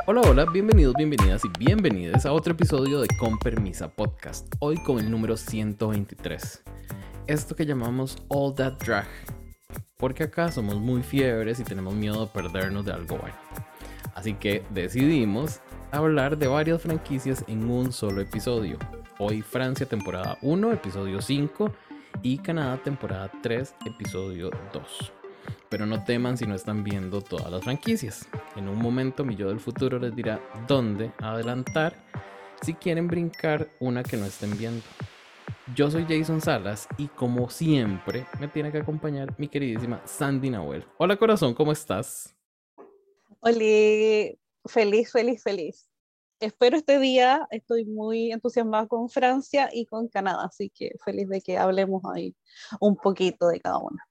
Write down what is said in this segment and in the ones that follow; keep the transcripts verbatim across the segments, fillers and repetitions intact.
Hola, hola, bienvenidos, bienvenidas y bienvenidas a otro episodio de Con Permisa Podcast, hoy con el número ciento veintitrés. Esto que llamamos All That Drag, porque acá somos muy fiebres y tenemos miedo de perdernos de algo bueno. Así que decidimos hablar de varias franquicias en un solo episodio. Hoy Francia temporada uno, episodio cinco y Canadá temporada tres, episodio dos. Pero no teman si no están viendo todas las franquicias. En un momento mi yo del futuro les dirá dónde adelantar si quieren brincar una que no estén viendo. Yo soy Jason Salas y como siempre me tiene que acompañar mi queridísima Sandy Nahuel. Hola corazón, ¿cómo estás? Hola, feliz, feliz, feliz. Espero este día, estoy muy entusiasmada con Francia y con Canadá, así que feliz de que hablemos ahí un poquito de cada una.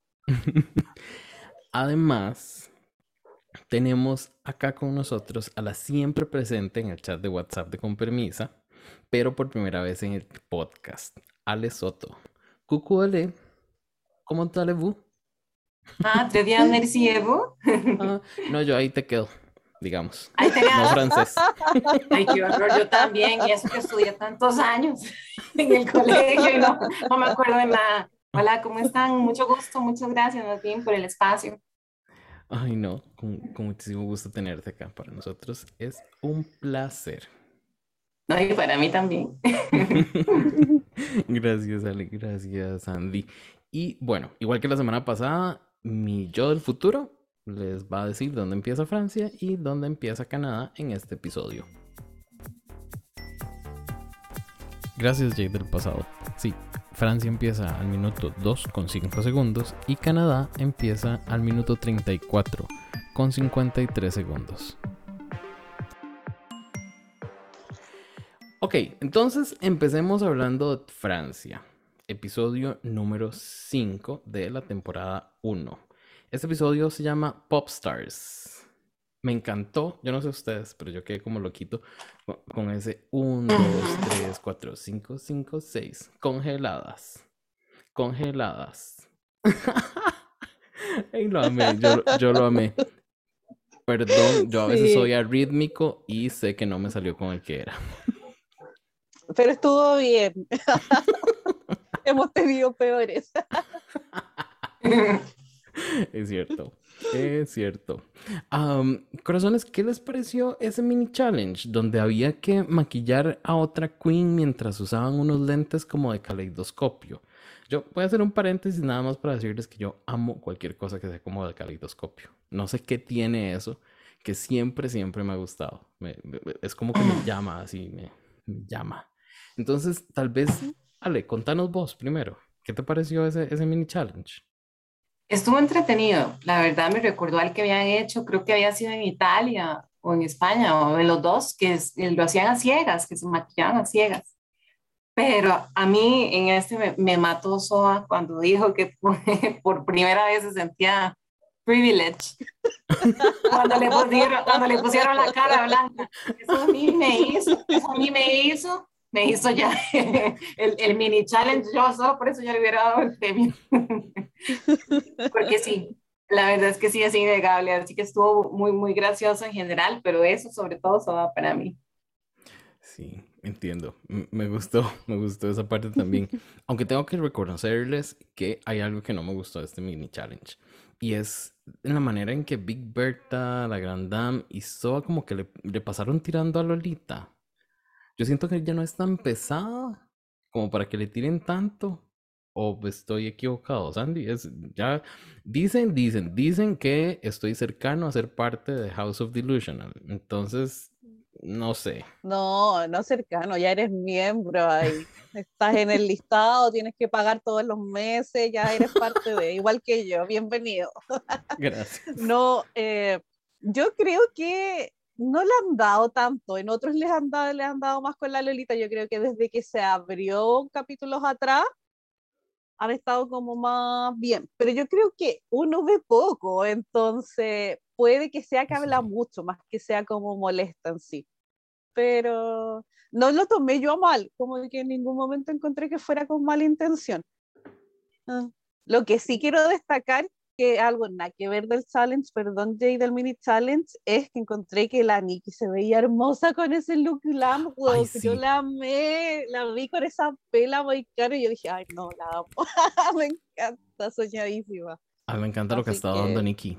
Además, tenemos acá con nosotros a la siempre presente en el chat de WhatsApp de Con Permisa, pero por primera vez en el podcast, Ale Soto. Coucou Ale, ¿cómo allez-vous? Ah, très bien, merci, et vous? Ah, no, yo ahí te quedo, digamos. Ahí te No quedas. francés. Ay, qué horror, yo también, y eso que estudié tantos años en el colegio y no, no me acuerdo de nada. Hola, ¿cómo están? Mucho gusto, muchas gracias, más bien, por el espacio. Ay, no, con, con muchísimo gusto tenerte acá. Para nosotros es un placer. No, y para mí también. Gracias, Ale, gracias, Andy. Y bueno, igual que la semana pasada, mi yo del futuro les va a decir dónde empieza Francia y dónde empieza Canadá en este episodio. Gracias, Jay del pasado. Sí, Francia empieza al minuto dos con cinco segundos y Canadá empieza al minuto treinta y cuatro con cincuenta y tres segundos. Ok, entonces empecemos hablando de Francia, episodio número cinco de la temporada uno. Este episodio se llama Popstars. Me encantó, yo no sé ustedes, pero yo quedé como loquito con ese uno, dos, tres, cuatro, cinco, cinco, seis. Congeladas. Congeladas. Ay, lo amé, yo, yo lo amé. Perdón, yo a veces Sí. soy arrítmico y sé que no me salió con el que era. Pero estuvo bien. Hemos tenido peores. Es cierto, es cierto. Um, corazones, ¿qué les pareció ese mini challenge donde había que maquillar a otra queen mientras usaban unos lentes como de caleidoscopio? Yo voy a hacer un paréntesis nada más para decirles que yo amo cualquier cosa que sea como de caleidoscopio. No sé qué tiene eso, que siempre, siempre me ha gustado. Me, me, es como que me llama así, me, me llama. Entonces, tal vez, Ale, contanos vos primero. ¿Qué te pareció ese, ese mini challenge? Estuvo entretenido, la verdad me recordó al que habían hecho, creo que había sido en Italia o en España o en los dos, que es- lo hacían a ciegas, que se maquillaban a ciegas. Pero a mí en este me, me mató Soa cuando dijo que por, por primera vez se sentía privilege. Cuando le pusieron, cuando le pusieron la cara blanca. Eso a mí me hizo, eso a mí me hizo, me hizo ya el, el mini challenge. Yo solo por eso ya le hubiera dado el premio. Porque sí, la verdad es que sí es innegable. Así que estuvo muy, muy gracioso en general, pero eso sobre todo Soa para mí. Sí, entiendo. M- Me gustó, me gustó esa parte también. Aunque tengo que reconocerles que hay algo que no me gustó de este mini challenge. Y es en la manera en que Big Bertha, la Grand Dame y Soa como que le, le pasaron tirando a Lolita. Yo siento que ella no es tan pesada como para que le tiren tanto. O estoy equivocado, Sandy. Es, ya dicen, dicen, dicen que estoy cercano a ser parte de House of Delusional. Entonces, no sé. No, no cercano, ya eres miembro ahí. Estás en el listado, tienes que pagar todos los meses, ya eres parte de, igual que yo, bienvenido. Gracias. No, eh, yo creo que no le han dado tanto, en otros les han dado, les han dado más con la Lolita, yo creo que desde que se abrió capítulos atrás, han estado como más bien, pero yo creo que uno ve poco, entonces puede que sea que Eso habla sí. mucho, más que sea como molesta en sí, pero no lo tomé yo a mal, como que en ningún momento encontré que fuera con mala intención. Ah. Lo que sí quiero destacar que algo nada que ver del challenge, perdón Jay, del mini challenge, es que encontré que la Nikki se veía hermosa con ese look glam, Ay, que yo sí. la amé, la vi con esa pela muy cara y yo dije, ay no, la amo, me encanta, soñadísima. A mí me encanta lo que Así está dando que, Nikki.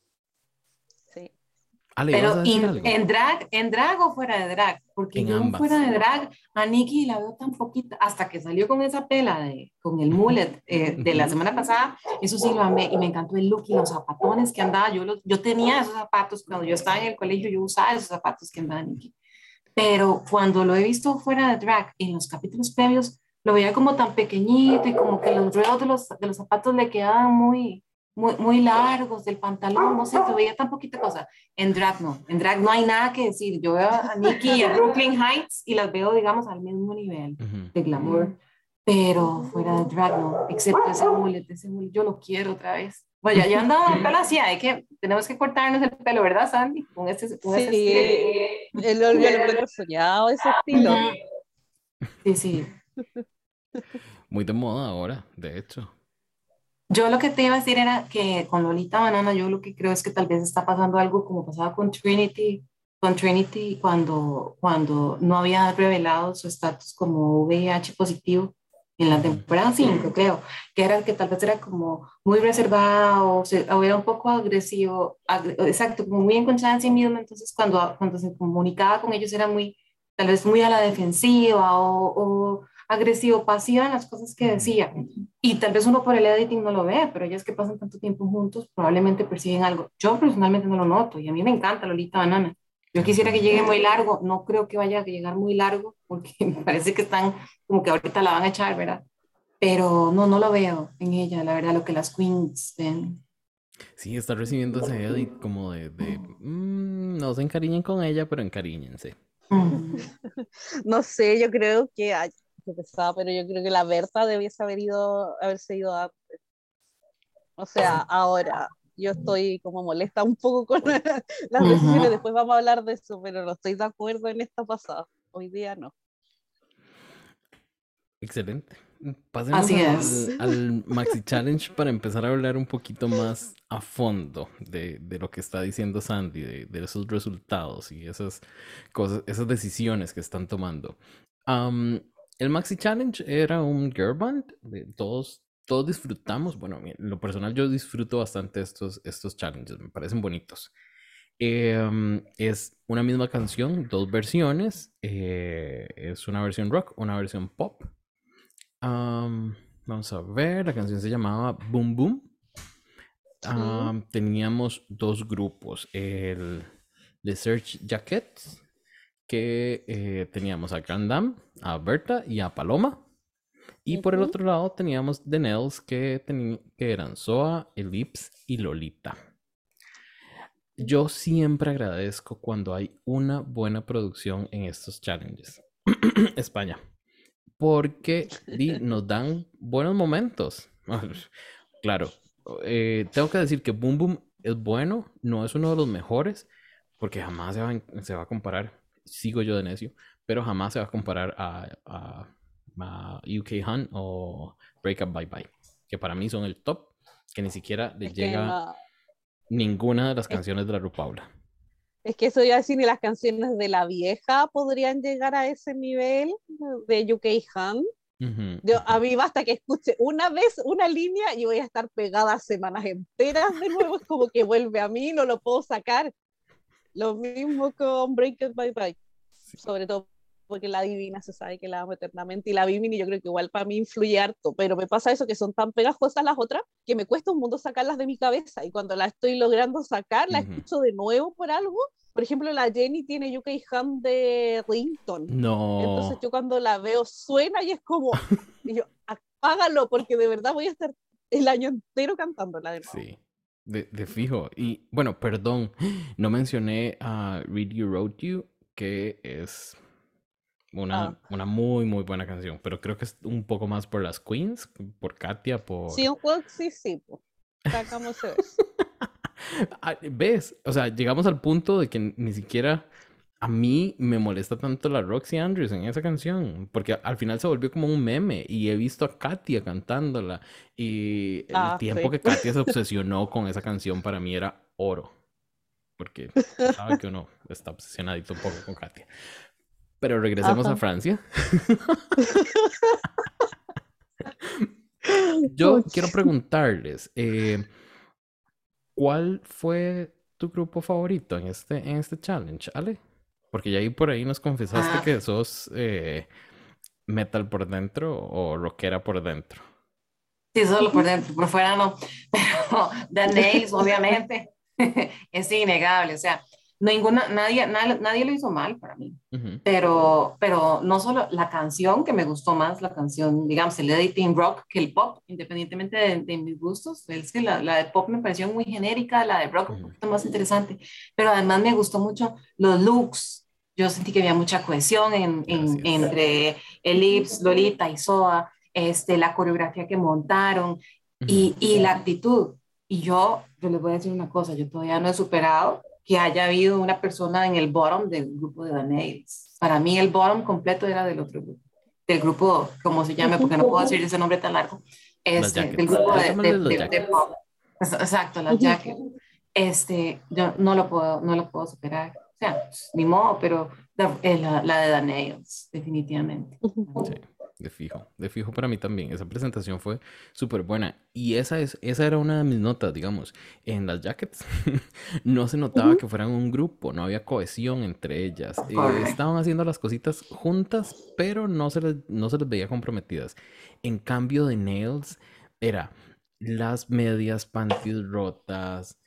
sí. Ale, ¿ibas a Pero decir in- algo? en drag, en drag o fuera de drag, porque En yo en fuera ambas. de drag a Nikki la veo tan poquita, hasta que salió con esa pela de, con el mullet eh, de la semana pasada, eso sí lo amé y me encantó el look y los zapatones que andaba, yo, los, yo tenía esos zapatos cuando yo estaba en el colegio, yo usaba esos zapatos que andaba Nikki, pero cuando lo he visto fuera de drag, en los capítulos previos, lo veía como tan pequeñito y como que los ruedos de los, de los zapatos le quedaban muy, muy, muy largos del pantalón, no sé, se veía tan poquita cosa. En drag no, en drag no hay nada que decir. Yo veo a Nikki y a Brooklyn Heights y las veo, digamos, al mismo nivel Ujú. de glamour, pero fuera de drag no, excepto ese mullet, ese mullet, yo lo quiero otra vez. Bueno, ya, ya andaba el pelo así, hay que, tenemos que cortarnos el pelo, ¿verdad, Sandy? Con ese, con ese Sí, estilo. el, yo lo encuentro soñado ese estilo. Sí, sí. Muy de moda ahora, de hecho. Yo lo que te iba a decir era que con Lolita Banana, yo lo que creo es que tal vez está pasando algo como pasaba con Trinity, con Trinity cuando, cuando no había revelado su estatus como V I H positivo en la Ujú. temporada cinco, creo, que era que tal vez era como muy reservado, o, se, o era un poco agresivo, agre- exacto, como muy encontrada en sí mismo, entonces cuando, cuando se comunicaba con ellos era muy, tal vez muy a la defensiva o, o agresivo, pasiva en las cosas que Ujú. decía. Y tal vez uno por el editing no lo ve, pero ellas que pasan tanto tiempo juntos probablemente perciben algo. Yo personalmente no lo noto y a mí me encanta Lolita Banana. Yo quisiera que llegue muy largo, no creo que vaya a llegar muy largo porque me parece que están como que ahorita la van a echar, ¿verdad? Pero no, no lo veo en ella, la verdad, lo que las queens ven. Sí, está recibiendo ese edit como de, de "Mm, no se encariñen con ella, pero encariñense". Mm. No sé, yo creo que, ay, qué pesado, pero yo creo que la Berta debiese haber ido, haberse ido a, o sea, ahora. Yo estoy como molesta un poco con las decisiones, Ujú. después vamos a hablar de eso, pero no estoy de acuerdo en esta pasada. Hoy día no. Excelente. Pasemos Así es. al, al Maxi Challenge para empezar a hablar un poquito más a fondo de, de lo que está diciendo Sandy, de, de esos resultados y esas cosas, esas decisiones que están tomando. Am, el Maxi Challenge era un girl band, de todos, todos disfrutamos, bueno, en lo personal yo disfruto bastante estos, estos challenges, me parecen bonitos. Em, es una misma canción, dos versiones, eh, es una versión rock, una versión pop. Am, vamos a ver, la canción se llamaba Boom Boom. Sí. Am, teníamos dos grupos, el The Search Jackets, que eh, teníamos a Grandam, a Berta y a Paloma. Y por el Ujú. otro lado teníamos The Nels, que, teni- que eran Soa, Ellipse y Lolita. Yo siempre agradezco cuando hay una buena producción en estos challenges. España. Porque di, nos dan buenos momentos. Claro, eh, tengo que decir que Boom Boom es bueno, no es uno de los mejores, porque jamás se va, a- se va a comparar, sigo yo de necio, pero jamás se va a comparar a, a- a U K Hunt o Break Up Bye Bye, que para mí son el top, que ni siquiera les Es que llega no, ninguna de las es, canciones de la Rupaula. es que eso iba a decir, ni las canciones de la vieja podrían llegar a ese nivel de U K Hunt. Ujú, Yo, ujú. a mí basta que escuche una vez una línea y voy a estar pegada semanas enteras de nuevo, es como que vuelve a mí, no lo puedo sacar. Lo mismo con Break It Bye Bye, Sí. sobre todo porque la Divina se sabe que la amo eternamente y la Vimini yo creo que igual para mí influye harto, pero me pasa eso que son tan pegajosas las otras que me cuesta un mundo sacarlas de mi cabeza y cuando la estoy logrando sacar la Ujú. escucho de nuevo por algo. Por ejemplo, la Jenny tiene U K Hunt de Rington. Entonces No. yo cuando la veo suena y es como, y yo, apágalo porque de verdad voy a estar el año entero cantándola de nuevo. Sí, de, de fijo. Y bueno, perdón, no mencioné a Read You Wrote You, que es una, Ah, una muy, muy buena canción, pero creo que es un poco más por las Queens, por Katia, sí, por... un juego sí, sí, pues. Sacamos eso. Ah, ¿ves? O sea, llegamos al punto de que ni siquiera A mí me molesta tanto la Roxy Andrews en esa canción, porque al final se volvió como un meme y he visto a Katia cantándola y el Ah, tiempo sí. que Katia se obsesionó con esa canción para mí era oro, porque se sabe que uno está obsesionadito un poco con Katia. Pero regresemos a Ajá. Francia. Yo Uch. quiero preguntarles, eh, ¿cuál fue tu grupo favorito en este, en este challenge, Ale? Porque ya ahí por ahí nos confesaste Ah, que sos eh, metal por dentro o rockera por dentro. sí, solo por Ujú. dentro, por fuera no. Pero The Nails, obviamente, es innegable. O sea, ninguna, nadie, nadie, nadie lo hizo mal para mí. Ujú, Pero, pero no solo la canción, que me gustó más, la canción, digamos, el editing rock que el pop, independientemente de, de mis gustos. Es que la, la de pop me pareció muy genérica, la de rock un ujú. poquito más interesante. Pero además me gustó mucho los looks. Yo sentí que había mucha cohesión en, en, Gracias. entre Ellipse, Lolita y Soa, este, la coreografía que montaron Ujú. y, y la actitud. Y yo, yo les voy a decir una cosa, yo todavía no he superado que haya habido una persona en el bottom del grupo de The Nails. Para mí el bottom completo era del otro grupo, del grupo, como se llame, porque no puedo decir ese nombre tan largo, Las este, del jackets. grupo de, Démosle de, los de, de jackets. pop. Exacto, las Ujú. jackets. Este, yo no lo puedo, no lo puedo superar. O sea, pues, ni modo, pero la, eh, la, la de The Nails, definitivamente. Ujú. Sí, de fijo. De fijo para mí también. Esa presentación fue súper buena. Y esa, es, esa era una de mis notas, digamos. En las jackets no se notaba Ujú. que fueran un grupo, no había cohesión entre ellas. Eh, Correcto. estaban haciendo las cositas juntas, pero no se les, no se les veía comprometidas. En cambio de Nails, era las medias panties rotas,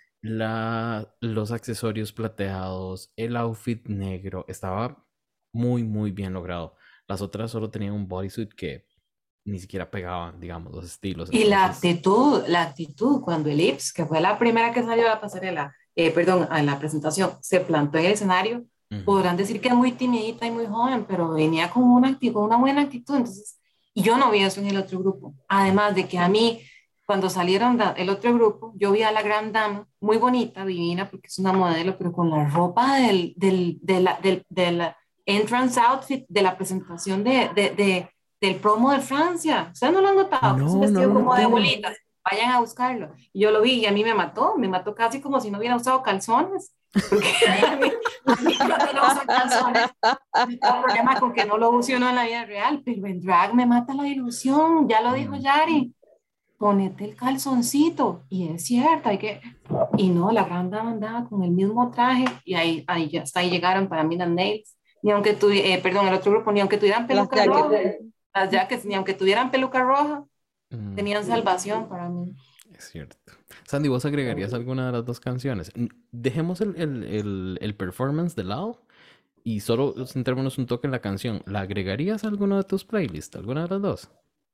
la, los accesorios plateados, el outfit negro. Estaba muy, muy bien logrado. Las otras solo tenían un bodysuit que ni siquiera pegaban, digamos, los estilos. Y la Entonces, actitud, la actitud, cuando Ellipse, que fue la primera que salió a la pasarela, eh, perdón, a la presentación, se plantó en el escenario, ujú, podrán decir que es muy timidita y muy joven, pero venía con una actitud, una buena actitud. Entonces, y yo no vi eso en el otro grupo. Además de que a mí, cuando salieron da- el otro grupo, yo vi a la gran dama, muy bonita, divina, porque es una modelo, pero con la ropa del, del, de la, del, del entrance outfit de la presentación de, de, de del promo de Francia. ¿Ustedes no lo han notado? Que es un no, no vestido lo como de noté. abuelitas. Vayan a buscarlo. Y yo lo vi y a mí me mató, me mató casi como si no hubiera usado calzones. Porque a mí, a mí cuando no uso calzones, no tengo problema con que no lo use uno en la vida real, pero en drag me mata la ilusión. Ya lo dijo Ujú. Yari. Ponete el calzoncito. Y es cierto, hay que. Y no, la gran dama andaba con el mismo traje y ahí, ahí ya hasta ahí llegaron para mí las nails. Ni aunque tu, eh, perdón, el otro grupo, ni aunque tuvieran Las peluca jackets. roja, las jackets, ni aunque tuvieran peluca roja, Mm, tenían salvación para mí. es cierto. Sandy, ¿vos agregarías alguna de las dos canciones? N- Dejemos el, el, el, el performance de lado y solo centrémonos un toque en la canción. ¿La agregarías a alguno de tus playlists? ¿Alguna de las dos?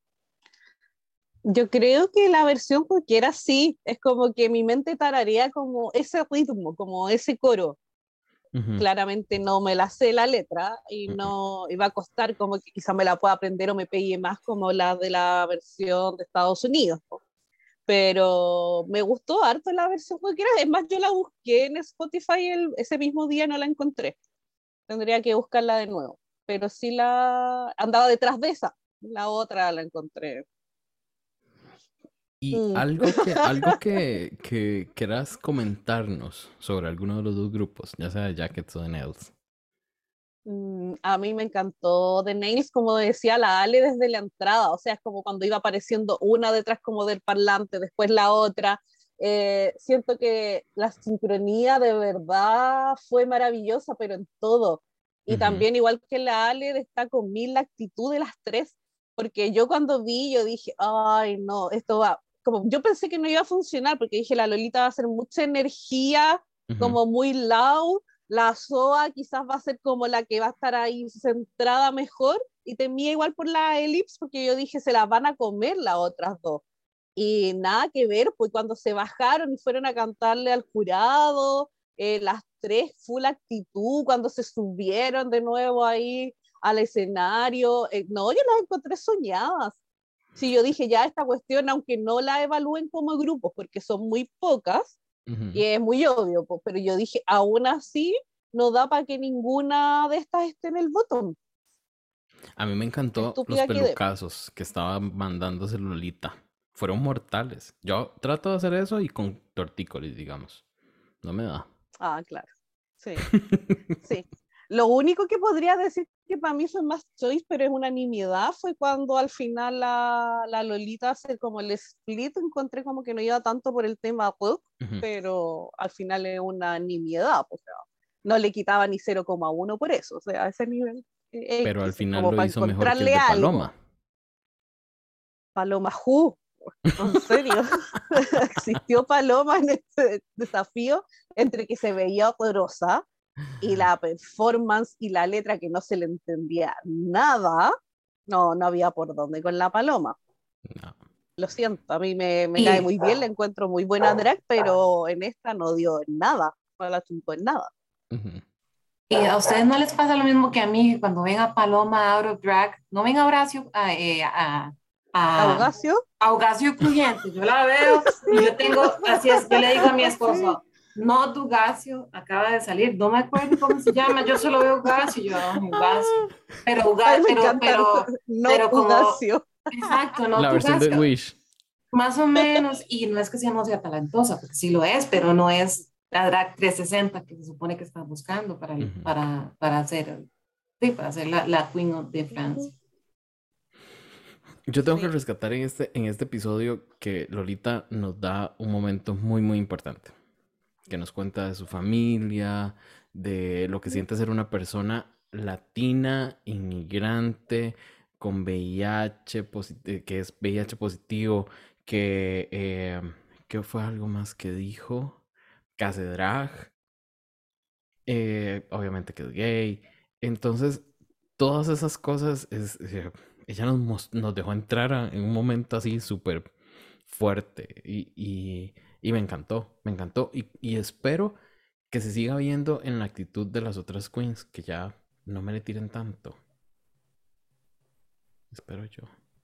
Yo creo que la versión cualquiera sí, es como que mi mente tararea como ese ritmo, como ese coro. Ujú, Claramente no me la sé la letra y ujú. no iba a costar como que quizá me la pueda aprender o me pegue más como la de la versión de Estados Unidos, po. Pero me gustó harto la versión cualquiera. Es más, yo la busqué en Spotify el, ese mismo día, no la encontré. Tendría que buscarla de nuevo. Pero sí la andaba detrás de esa. La otra la encontré. Y Mm. algo que, algo que, que quieras comentarnos sobre alguno de los dos grupos, ya sea de Jackets o de Nails. Mm, a mí me encantó The Nails, como decía la Ale desde la entrada, o sea, es como cuando iba apareciendo una detrás como del parlante, después la otra. Eh, siento que la sincronía de verdad fue maravillosa, pero en todo. Y Ujú, también, igual que la Ale, destaco conmigo la actitud de las tres, porque yo cuando vi, yo dije, ay, no, esto va, como yo pensé que no iba a funcionar, porque dije, la Lolita va a hacer mucha energía, ujú. como muy loud, la SOA quizás va a ser como la que va a estar ahí centrada mejor y temía igual por la Ellipse porque yo dije se las van a comer las otras dos y nada que ver, pues cuando se bajaron y fueron a cantarle al jurado, eh, las tres full actitud, cuando se subieron de nuevo ahí al escenario, eh, no, yo las encontré soñadas. Sí, yo dije ya esta cuestión, aunque no la evalúen como grupos porque son muy pocas, y Ujú. es muy obvio, pues, pero yo dije, aún así, no da para que ninguna de estas esté en el bottom. A mí me encantó los Estúpida quedé. pelucazos que estaba mandándose Lolita. Fueron mortales. Yo trato de hacer eso y con tortícolis, digamos. No me da. Ah, claro. Sí, sí. Lo único que podría decir que para mí fue más choice, pero es una nimiedad, fue cuando al final la, la Lolita hace como el split, encontré como que no iba tanto por el tema pop, Ujú. pero al final es una nimiedad, o sea, no le quitaba ni cero coma uno por eso, o sea, a ese nivel. eh, Pero al X, final como lo para hizo mejor que el encontrarle de algo. Paloma. Paloma Ju, en serio, existió Paloma en este desafío entre que se veía odorosa y la performance y la letra que no se le entendía nada, no, no había por dónde con la Paloma. No. Lo siento, a mí me, me Y- cae muy bien, la encuentro muy buena drag, pero en esta no dio nada, no la chuntó en nada. Ujú. Y a ustedes no les pasa lo mismo que a mí, que cuando ven a Paloma out of drag, no ven a Horacio, a, eh, a, a, Abogacio, a Hogacio Crujente, yo la veo y yo tengo, así es, yo le digo a mi esposo, no, Dugacio acaba de salir, no me acuerdo cómo se llama, yo solo veo Hogacio, y yo, "Ah, Hogacio", pero, a mí Uga, me pero, encanta, pero, no pero como, Ugacio. exacto, no La versión de Dugacio, Wish. más o menos, y no es que sea no sea talentosa, porque sí lo es, pero no es la drag trescientos sesenta que se supone que está buscando para, Ujú. para, para hacer, sí, para ser la, la Queen of de Francia. Yo tengo que Sí. rescatar en este, en este episodio que Lolita nos da un momento muy, muy importante. Que nos cuenta de su familia, de lo que siente ser una persona latina, inmigrante, con V I H, posi- eh, que es V I H positivo, que, eh, ¿qué fue algo más que dijo? Que hace drag, eh, obviamente que es gay. Entonces, todas esas cosas, es, eh, ella nos, mos- nos dejó entrar a- en un momento así súper fuerte y, y- y me encantó, me encantó y, y espero que se siga viendo en la actitud de las otras queens, que ya no me le tiren tanto. Espero yo.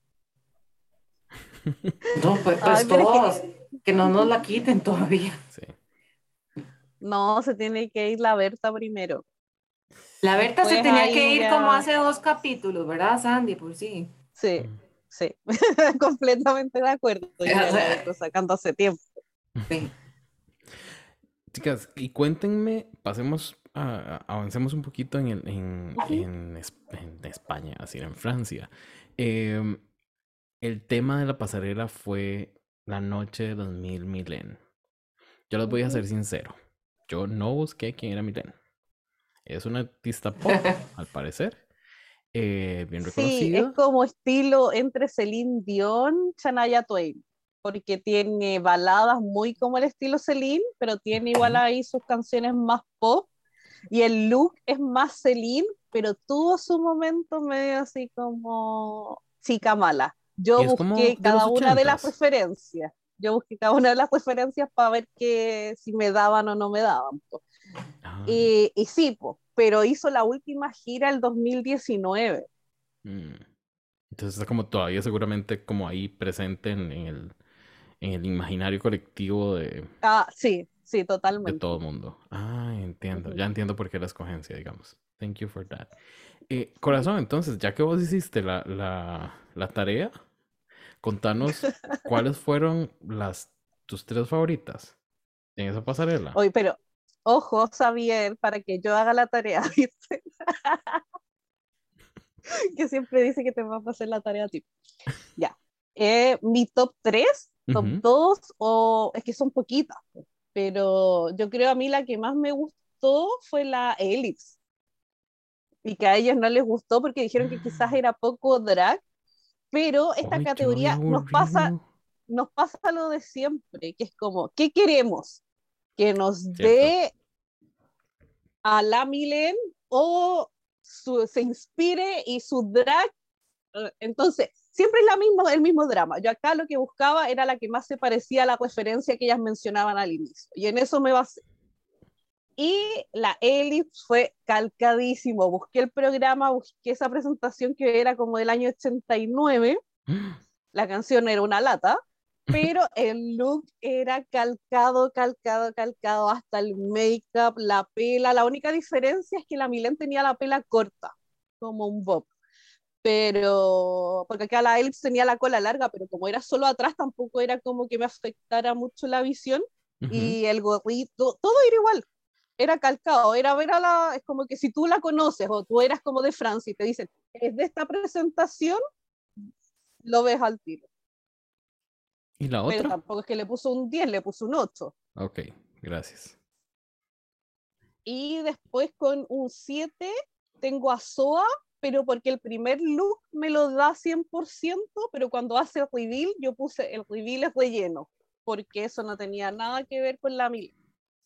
No, pues, Ay, pues pero es que todos, que no nos la quiten todavía. Sí. no, se tiene que ir la Berta primero. La Berta se Después tenía que ahí ir como ya, hace dos capítulos, ¿verdad, Sandy? Por sí. sí, Mm. sí, completamente de acuerdo. Yo ya la vengo sacando hace tiempo. Sí. Chicas, y cuéntenme, pasemos, a, a- avancemos un poquito en, el- en, en Es- en España, así en Francia. Em, el tema de la pasarela fue la noche de los mil Milen. Yo les voy a ser sincero. Yo no busqué quién era Milen. Es una artista pop, al parecer, eh, bien Sí, es reconocida. como estilo entre Celine Dion, Shania Twain, porque tiene baladas muy como el estilo Celine, pero tiene igual Ujú. ahí sus canciones más pop, y el look es más Celine, pero tuvo su momento medio así como chica mala. Y Yo es como busqué de los cada una de las ochentas. referencias, yo busqué cada una de las referencias para ver que, si me daban o no me daban, po. Ah, Y, y sí, po, pero hizo la última gira el dos mil diecinueve. mm. Entonces está como todavía seguramente como ahí presente en, en el, en el imaginario colectivo de, Ah, sí, sí, de todo totalmente. el mundo. Ah, entiendo. Ujú. Ya entiendo por qué la escogencia, digamos. Thank you for that. Eh, corazón, entonces, ya que vos hiciste la, la, la tarea, contanos cuáles fueron las tus tres favoritas en esa pasarela. Oye, pero ojo, Xavier, para que yo haga la tarea, ¿viste? Que siempre dice que te va a hacer la tarea a ti. Ya. Eh, mi top tres, top Ujú. dos o es que son poquitas, pero yo creo a mí la que más me gustó fue la Elix. Y que a ellos no les gustó porque dijeron que quizás era poco drag, pero esta Ay, yo lo vi categoría nos pasa, aburrido. nos pasa lo de siempre, que es como, ¿qué queremos? Que nos Cierto. dé a la Milen o su, se inspire y su drag. Entonces, siempre es la misma, el mismo drama. Yo acá lo que buscaba era la que más se parecía a la referencia que ellas mencionaban al inicio. Y en eso me basé. Y la Ellis fue calcadísimo. Busqué el programa, busqué esa presentación que era como del año ochenta y nueve. La canción era una lata. pero el look era calcado, calcado, calcado, hasta el make-up, la pela. La única diferencia es que la Milene tenía la pela corta, como un bob. Pero, porque acá la Elix tenía la cola larga, pero como era solo atrás, tampoco era como que me afectara mucho la visión. Ujú. Y el gorrito, todo era igual, era calcado, era ver a la, es como que si tú la conoces o tú eras como de Francia y te dicen, es de esta presentación, lo ves al tiro. ¿Y la Pero otra? tampoco es que le puso un diez, le puso un ocho. Ok, gracias. Y después con un siete tengo a Soa, pero porque el primer look me lo da cien por ciento, pero cuando hace el reveal, yo puse el reveal es relleno, porque eso no tenía nada que ver con la mil.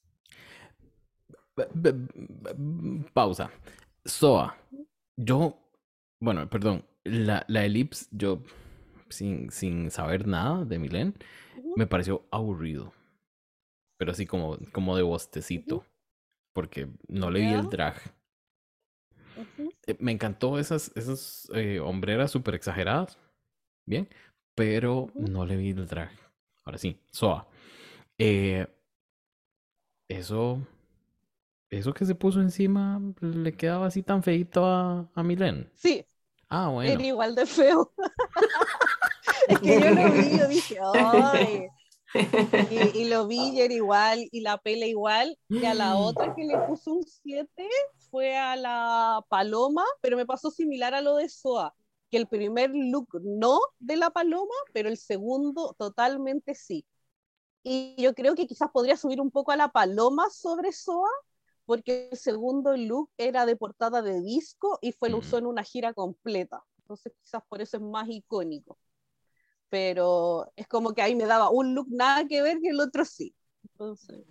B- b- b- Pausa. Soa. Yo, bueno, perdón. La, la Ellipse, yo, sin, sin saber nada de Milene, Ujú, me pareció aburrido. Pero así como, como de bostecito. ujú, Porque no le vi ya, el drag. ujú, Eh, me encantó esas, esas eh, hombreras súper exageradas. Bien. Pero ujú. no le vi el drag. Ahora sí, Soa. Eh, eso, eso que se puso encima le quedaba así tan feito a, a Milene. Sí, Ah, era bueno. igual de feo. Es que yo lo vi, yo dije, ay, y, y lo vi y era igual, y la pela igual, y a la otra que le puso un siete fue a la Paloma, pero me pasó similar a lo de Soa, que el primer look no de la Paloma, pero el segundo totalmente sí. Y yo creo que quizás podría subir un poco a la Paloma sobre Soa, porque el segundo look era de portada de disco y fue lo usó Mm. en una gira completa. Entonces quizás por eso es más icónico. Pero es como que ahí me daba un look nada que ver y el otro sí. Entonces,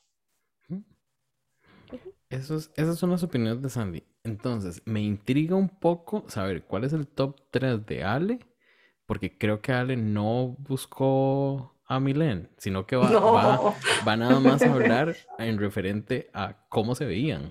ujú. Esos, esas son las opiniones de Sandy. Entonces, me intriga un poco saber cuál es el top tres de Ale, porque creo que Ale no buscó a Milene, sino que va, va, No. va nada más a hablar en referente a cómo se veían.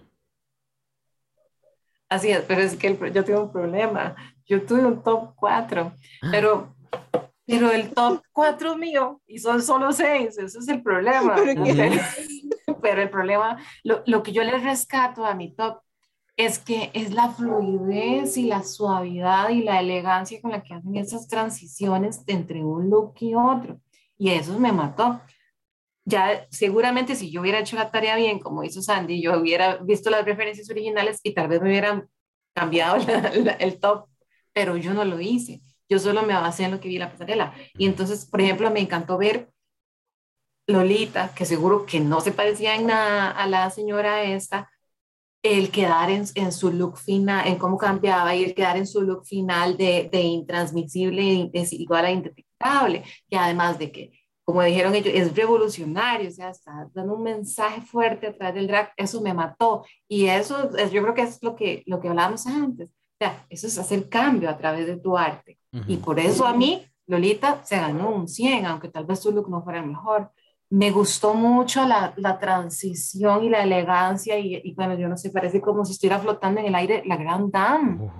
Así es, pero es que el- yo tengo un problema. Yo tuve un top cuatro, pero, pero el top cuatro mío, y son solo seis, ese es el problema. Pero que, Ujú. Pero el problema, lo, lo que yo le rescato a mi top es que es la fluidez y la suavidad y la elegancia con la que hacen esas transiciones entre un look y otro. Y eso me mató. Ya seguramente si yo hubiera hecho la tarea bien, como hizo Sandy, yo hubiera visto las referencias originales y tal vez me hubieran cambiado la- la- el top, pero yo no lo hice. Yo solo me basé en lo que vi en la pasarela. Y Ujú. entonces, por ejemplo, me encantó ver Lolita, que seguro que no se parecía en nada a la señora esta, el quedar en, en su look final, en cómo cambiaba y el quedar en su look final de, de intransmisible es igual a indetectable, que además de que, como dijeron ellos, es revolucionario, o sea, está dando un mensaje fuerte a través del drag, eso me mató. Y eso, es, yo creo que es lo que, lo que hablábamos antes, o sea, eso es hacer cambio a través de tu arte. Y Ujú. por eso a mí, Lolita se ganó un cien, aunque tal vez su look no fuera el mejor. Me gustó mucho la, la transición y la elegancia y, y, bueno, yo no sé, parece como si estuviera flotando en el aire la Gran Dame. Uf,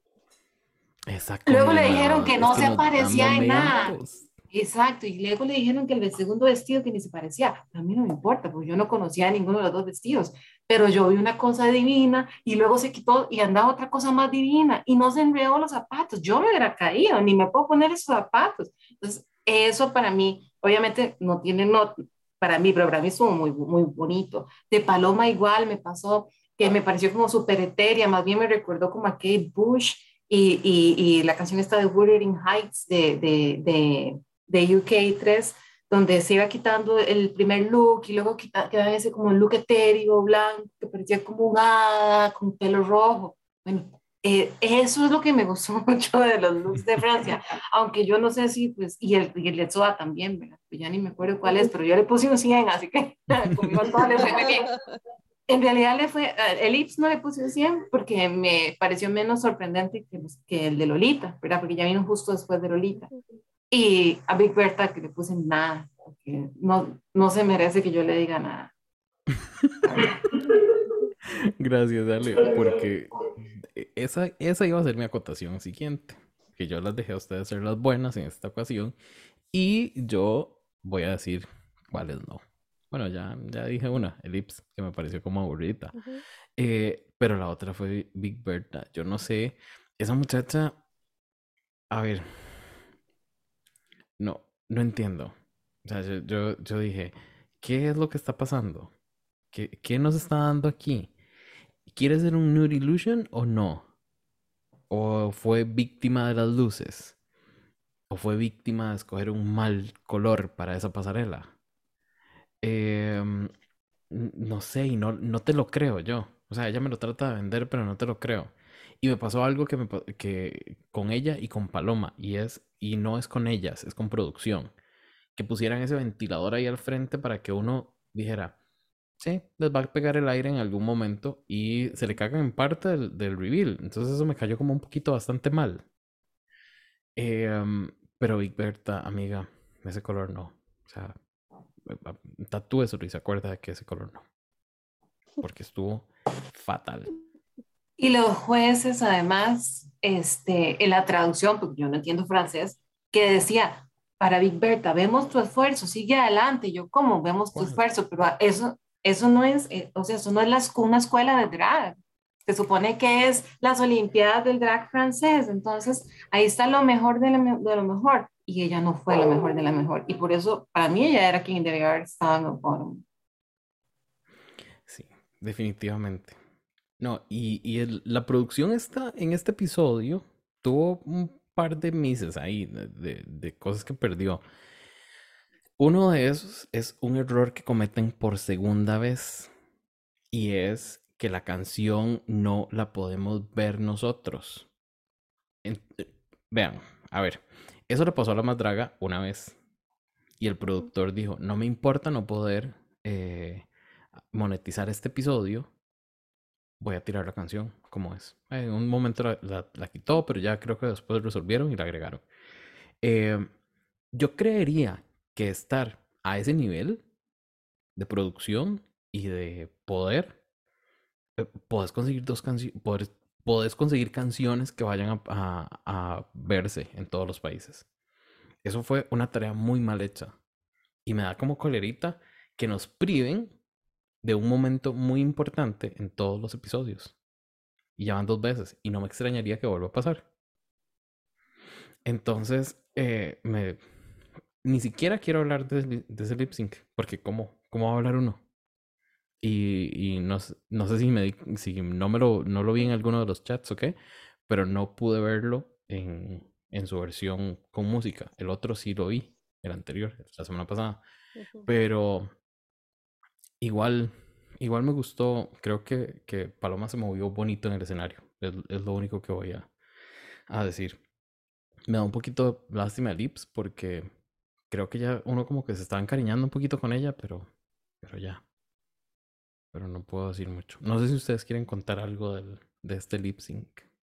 esa Luego le dijeron combinada, que es no que se nos dan parecía en nada. momentos. Exacto, y luego le dijeron que el segundo vestido que ni se parecía. A mí no me importa, porque yo no conocía a ninguno de los dos vestidos, pero yo vi una cosa divina y luego se quitó y andaba otra cosa más divina y no se enredó los zapatos. Yo me hubiera caído, ni me puedo poner esos zapatos. Entonces, eso para mí, obviamente no tiene, no, para mí, pero para mí estuvo muy, muy bonito. De Paloma igual me pasó que me pareció como súper etérea, más bien me recordó como a Kate Bush y, y, y la canción esta de Wuthering Heights de, de, de de U K tres, donde se iba quitando el primer look y luego quita, quedaba ese como un look etéreo, blanco, que parecía como un hada, con pelo rojo. Bueno, eh, eso es lo que me gustó mucho de los looks de Francia, aunque yo no sé si, pues, y el, y el de Soa también, ¿verdad? Pues ya ni me acuerdo cuál es, pero yo le puse un cien, así que conmigo todo le fue muy bien. En realidad le fue, el Ips no le puse un cien porque me pareció menos sorprendente que, que el de Lolita, ¿verdad? Porque ya vino justo después de Lolita. Y a Big Bertha que le puse nada, porque no, no se merece que yo le diga nada, la verdad. Gracias, Ale, porque esa, esa iba a ser mi acotación siguiente, que yo las dejé a ustedes ser las buenas en esta ocasión Y yo voy a decir cuáles no. Bueno, ya, ya dije una, Ellipse, que me pareció como aburrida. Ujú. Eh, pero la otra fue Big Bertha. Yo no sé, esa muchacha, a ver, no, no entiendo. O sea, yo, yo, yo dije, ¿qué es lo que está pasando? ¿Qué, qué nos está dando aquí? ¿Quiere ser un nude illusion o no? ¿O fue víctima de las luces? ¿O fue víctima de escoger un mal color para esa pasarela? Em, n- no sé, y no, no te lo creo yo. O sea, ella me lo trata de vender, pero no te lo creo. Y me pasó algo que, me, pa- que con ella y con Paloma, y es, y no es con ellas, es con producción. Que pusieran ese ventilador ahí al frente para que uno dijera, sí, les va a pegar el aire en algún momento y se le cagan en parte del, del reveal. Entonces eso me cayó como un poquito bastante mal. Em, pero Big Bertha, amiga, ese color no. O sea, tatúeselo y se acuerda de que ese color no. Porque estuvo fatal. Y los jueces, además, este, en la traducción, porque yo no entiendo francés, que decía, para Big Bertha, vemos tu esfuerzo, sigue adelante. Y yo, ¿cómo? Vemos tu ¿Cuál? esfuerzo, pero eso, eso no es, eh, o sea, eso no es la escu- una escuela de drag. Se supone que es las Olimpiadas del drag francés. Entonces, ahí está lo mejor de, la me- de lo mejor. Y ella no fue lo mejor de la mejor. Y por eso, para mí, ella era quien debía haber estado en el bottom. Sí, definitivamente. No, y, y el- la producción está en este episodio tuvo un par de misses ahí, de, de- de cosas que perdió. Uno de esos es un error que cometen por segunda vez y es que la canción no la podemos ver nosotros. En- eh, vean, a ver, eso le pasó a la Madraga una vez y el Ujú. productor dijo, no me importa no poder eh, monetizar este episodio, voy a tirar la canción como es. Eh, En un momento la, la- la quitó, pero ya creo que después resolvieron y la agregaron. Eh, yo creería que estar a ese nivel de producción y de poder, eh, podés conseguir dos canciones, podés conseguir canciones que vayan a, a- a verse en todos los países. Eso fue una tarea muy mal hecha. Y me da como colerita que nos priven de un momento muy importante en todos los episodios. Y ya van dos veces. Y no me extrañaría que vuelva a pasar. Entonces, eh, me, ni siquiera quiero hablar de, de ese lip sync. Porque ¿cómo, cómo va a hablar uno? Y, y no, s- no sé si, me, di- si no, me lo, no lo vi en alguno de los chats o qué. Pero no pude verlo en, en su versión con música. El otro sí lo vi. El anterior, la semana pasada. Ujú. Pero igual, igual me gustó. Creo que, que Paloma se movió bonito en el escenario. Es, es lo único que voy a, a decir. Me da un poquito lástima de Lips porque creo que ya uno como que se está encariñando un poquito con ella, pero, pero ya. Pero no puedo decir mucho. No sé si ustedes quieren contar algo del, de este lip sync.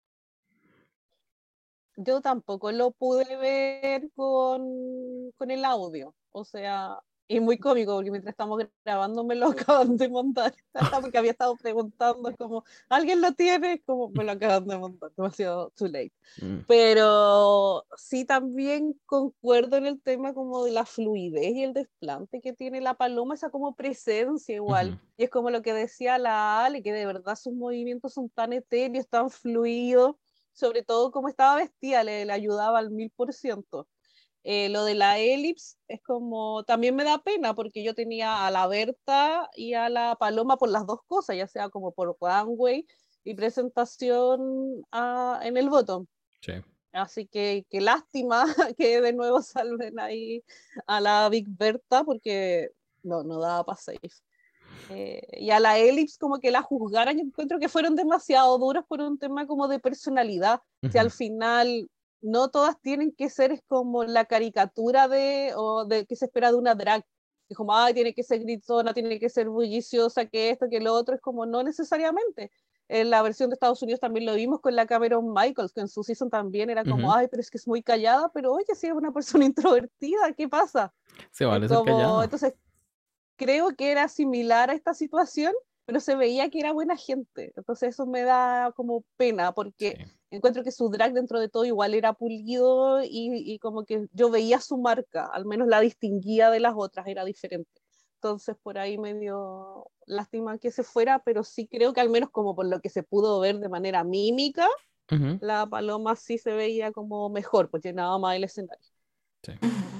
Yo tampoco lo pude ver con, con el audio, o sea, y muy cómico porque mientras estamos grabando me lo acaban de montar, porque había estado preguntando como, ¿alguien lo tiene? Como me lo acaban de montar, demasiado too late. Mm, Pero sí también concuerdo en el tema como de la fluidez y el desplante que tiene la paloma, esa como presencia igual. ujú, Y es como lo que decía la Ale, que de verdad sus movimientos son tan etéreos, tan fluidos, sobre todo como estaba vestida, le, le ayudaba al mil por ciento. Eh, lo de la elipse es como, también me da pena porque yo tenía a la Berta y a la Paloma por las dos cosas, ya sea como por runway y presentación a, en el bottom. sí. Así que qué lástima que de nuevo salven ahí a la Big Berta porque no, no daba para safe. Eh, y a la Ellipse como que la juzgaran, yo encuentro que fueron demasiado duras por un tema como de personalidad. Si Ujú, al final no todas tienen que ser es como la caricatura de, o de que se espera de una drag. Es como, ay, tiene que ser gritona, tiene que ser bulliciosa, que esto, que lo otro, es como no necesariamente. En la versión de Estados Unidos también lo vimos con la Cameron Michaels, que en su season también era como, ujú. ay, pero es que es muy callada, pero oye, si es una persona introvertida, ¿qué pasa? Se Es vale ser como, callada. entonces creo que era similar a esta situación, pero se veía que era buena gente. Entonces eso me da como pena, porque Sí. encuentro que su drag dentro de todo igual era pulido y, y como que yo veía su marca, al menos la distinguía de las otras, era diferente. Entonces por ahí me dio lástima que se fuera, pero sí creo que al menos como por lo que se pudo ver de manera mímica, Ujú, la Paloma sí se veía como mejor, pues llenaba más el escenario. sí.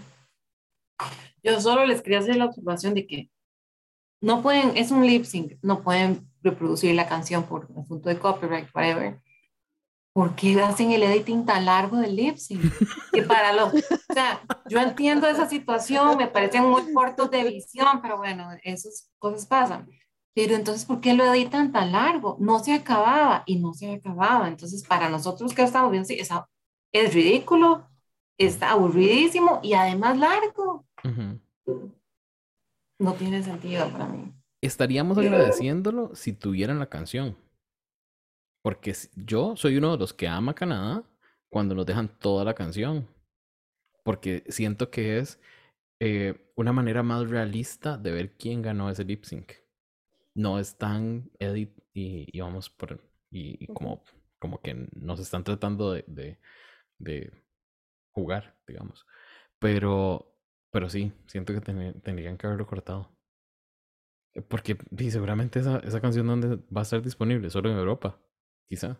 Yo solo les quería hacer la observación de que no pueden, es un lip sync, no pueden reproducir la canción por asunto de copyright, whatever. ¿Por qué hacen el editing tan largo del lip sync? Que para los, o sea, yo entiendo esa situación, me parecen muy cortos de visión, pero bueno, esas cosas pasan. Pero entonces, ¿por qué lo editan tan largo? No se acababa y no se acababa. Entonces, para nosotros que estamos viendo, sí, es, es ridículo, está aburridísimo y además largo. Ujú. No tiene sentido para mí. Estaríamos agradeciéndolo si tuvieran la canción. Porque si- yo soy uno de los que ama Canadá cuando nos dejan toda la canción. Porque siento que es eh, una manera más realista de ver quién ganó ese lip sync. No es tan edit y, y vamos por. Y, y como, como que nos están tratando de, de, de jugar, digamos. Pero, pero sí, siento que ten- tendrían que haberlo cortado. Eh, Porque sí, seguramente esa, esa canción donde va a estar disponible, solo en Europa, quizá.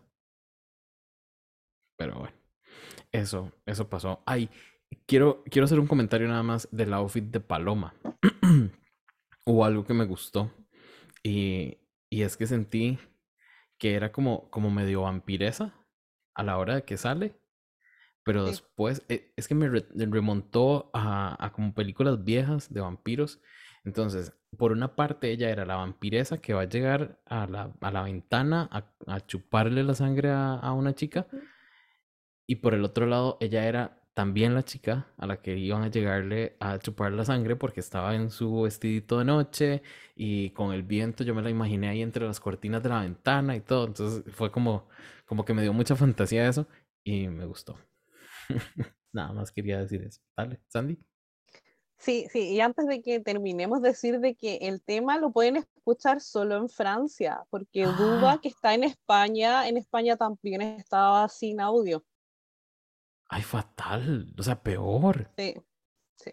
Pero bueno, eso, eso pasó. Ay, quiero, quiero hacer un comentario nada más del outfit de Paloma. Hubo algo que me gustó. Y, y es que sentí que era como, como medio vampiresa a la hora de que sale. Pero Sí. después, eh, es que me re- remontó a, a como películas viejas de vampiros. Entonces, por una parte, ella era la vampiresa que va a llegar a la, a la ventana a, a chuparle la sangre a, a una chica. Ujú. Y por el otro lado, ella era también la chica a la que iban a llegarle a chupar la sangre porque estaba en su vestidito de noche y con el viento yo me la imaginé ahí entre las cortinas de la ventana y todo. Entonces fue como, como que me dio mucha fantasía eso y me gustó. Nada más quería decir eso. Dale, Sandy. Sí, sí, y antes de que terminemos, decir de que el tema lo pueden escuchar solo en Francia, porque Duba, ¡Ah! que está en España, en España también estaba sin audio. Ay, fatal. O sea, peor. Sí, sí.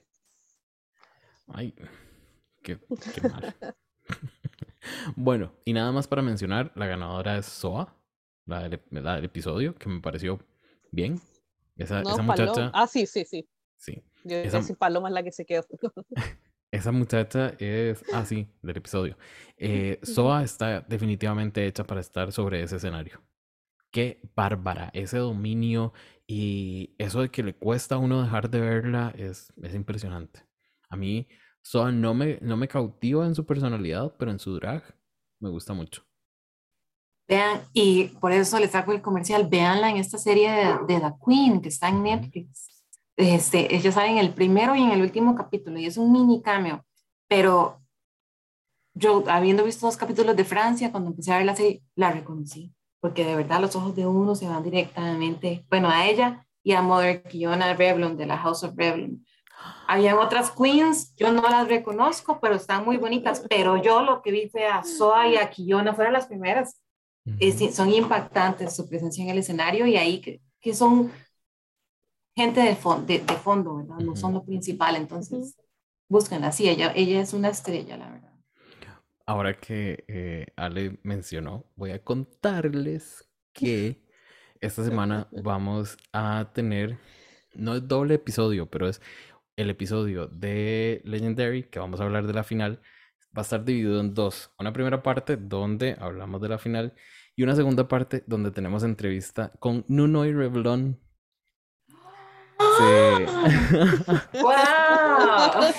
Ay, qué, qué mal. Bueno, y nada más para mencionar, la ganadora es Soa, la del, la del episodio, que me pareció bien. Esa, No, esa Paloma. muchacha, Ah, sí, sí, sí. sí, Yo iba a esa, decir Paloma es la que se quedó. esa muchacha es, ah, sí, del episodio. Eh, Soa está definitivamente hecha para estar sobre ese escenario. Qué bárbara, ese dominio y eso de que le cuesta a uno dejar de verla es, es impresionante. A mí, Soa no me, no me cautiva en su personalidad, pero en su drag me gusta mucho. Vean, y por eso les saco el comercial, véanla en esta serie de, de The Queen que está en Ujú. Netflix. Este, ellos salen en el primero y en el último capítulo y es un mini cameo, pero yo habiendo visto dos capítulos de Francia, cuando empecé a ver la serie, la reconocí, porque de verdad los ojos de uno se van directamente, bueno, a ella y a Mother Kiona Revlon de la House of Revlon. Habían otras queens, yo no las reconozco, pero están muy bonitas, pero yo lo que vi fue a Zoa y a Kiona, fueron las primeras. Es, Ujú, son impactantes su presencia en el escenario y ahí que, que son gente de, fon, de, de, fondo, ¿verdad? No ujú. son lo principal, Ujú. entonces búsquenla, sí, ella, ella es una estrella, la verdad. Ahora que eh, Ale mencionó, voy a contarles que esta semana vamos a tener, no es doble episodio, pero es el episodio de Legendary, que vamos a hablar de la final, va a estar dividido en dos. Una primera parte donde hablamos de la final y una segunda parte donde tenemos entrevista con Nuno y Revlon. Sí. ¡Wow!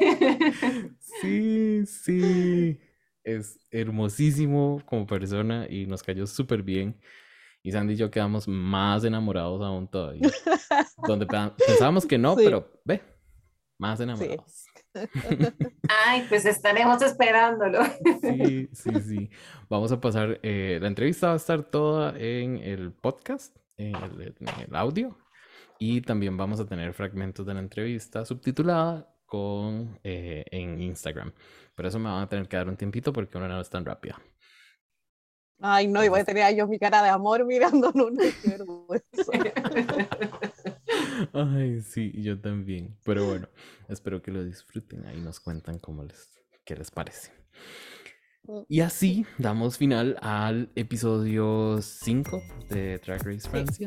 Sí, sí. Es hermosísimo como persona y nos cayó súper bien. Y Sandy y yo quedamos más enamorados aún todavía. Donde pe- pensábamos que no, Sí, pero ve, más sí. enamorados. Ay, pues estaremos esperándolo. Sí, sí, sí. Vamos a pasar, eh, la entrevista va a estar toda en el podcast, en el, en el audio. Y también vamos a tener fragmentos de la entrevista subtitulada con, eh, en Instagram. Pero eso me van a tener que dar un tiempito porque una no es tan rápida. Ay, no, y voy a tener yo mi cara de amor mirándonos, no, qué vergüenza. Ay, sí, yo también. Pero bueno, espero que lo disfruten. Ahí nos cuentan cómo les, qué les parece. Y así damos final al episodio cinco de Drag Race Francia.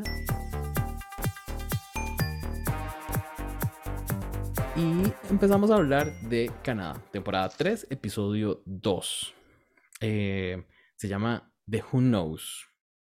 Y empezamos a hablar de Canadá, temporada tres, episodio dos. Eh, se llama The Who Knows.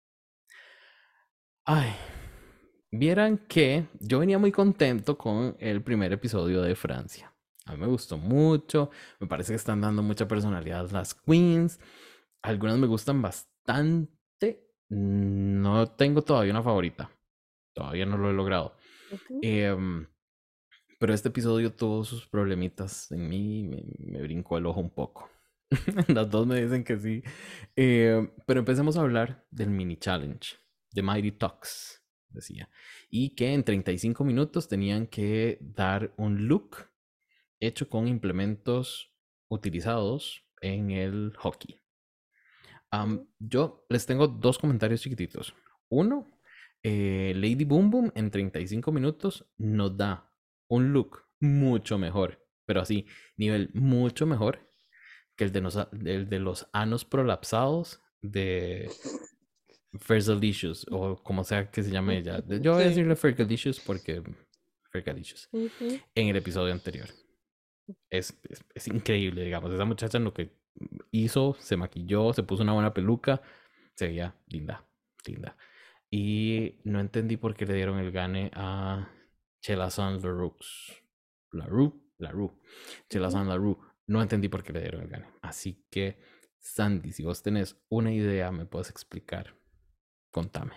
Ay, vieran que yo venía muy contento con el primer episodio de Francia. A mí me gustó mucho, me parece que están dando mucha personalidad las queens. Algunas me gustan bastante. No tengo todavía una favorita. Todavía no lo he logrado. Ujú. Eh, pero este episodio tuvo sus problemitas en mí. Me, me brincó el ojo un poco. Las dos me dicen que sí. Eh, pero empecemos a hablar del mini challenge de Mighty Talks, decía. Y que en treinta y cinco minutos tenían que dar un look hecho con implementos utilizados en el hockey. Um, Ujú. yo les tengo dos comentarios chiquititos. Uno, eh, Lady Boom Boom en treinta y cinco minutos nos da un look mucho mejor, pero así, nivel mucho mejor que el de, nos, el de los anos prolapsados de Fergalicious, o como sea que se llame ella. Yo voy a Sí. decirle Fergalicious porque Fergalicious Ujú. en el episodio anterior. Es, es, es increíble, digamos. Esa muchacha en lo que hizo, se maquilló, se puso una buena peluca, se veía linda, linda. Y no entendí por qué le dieron el gane a Chelazon Larue. Larue, Larue. Chelazon Larue. No entendí por qué le dieron el gane. Así que, Sandy, si vos tenés una idea, me puedes explicar. Contame.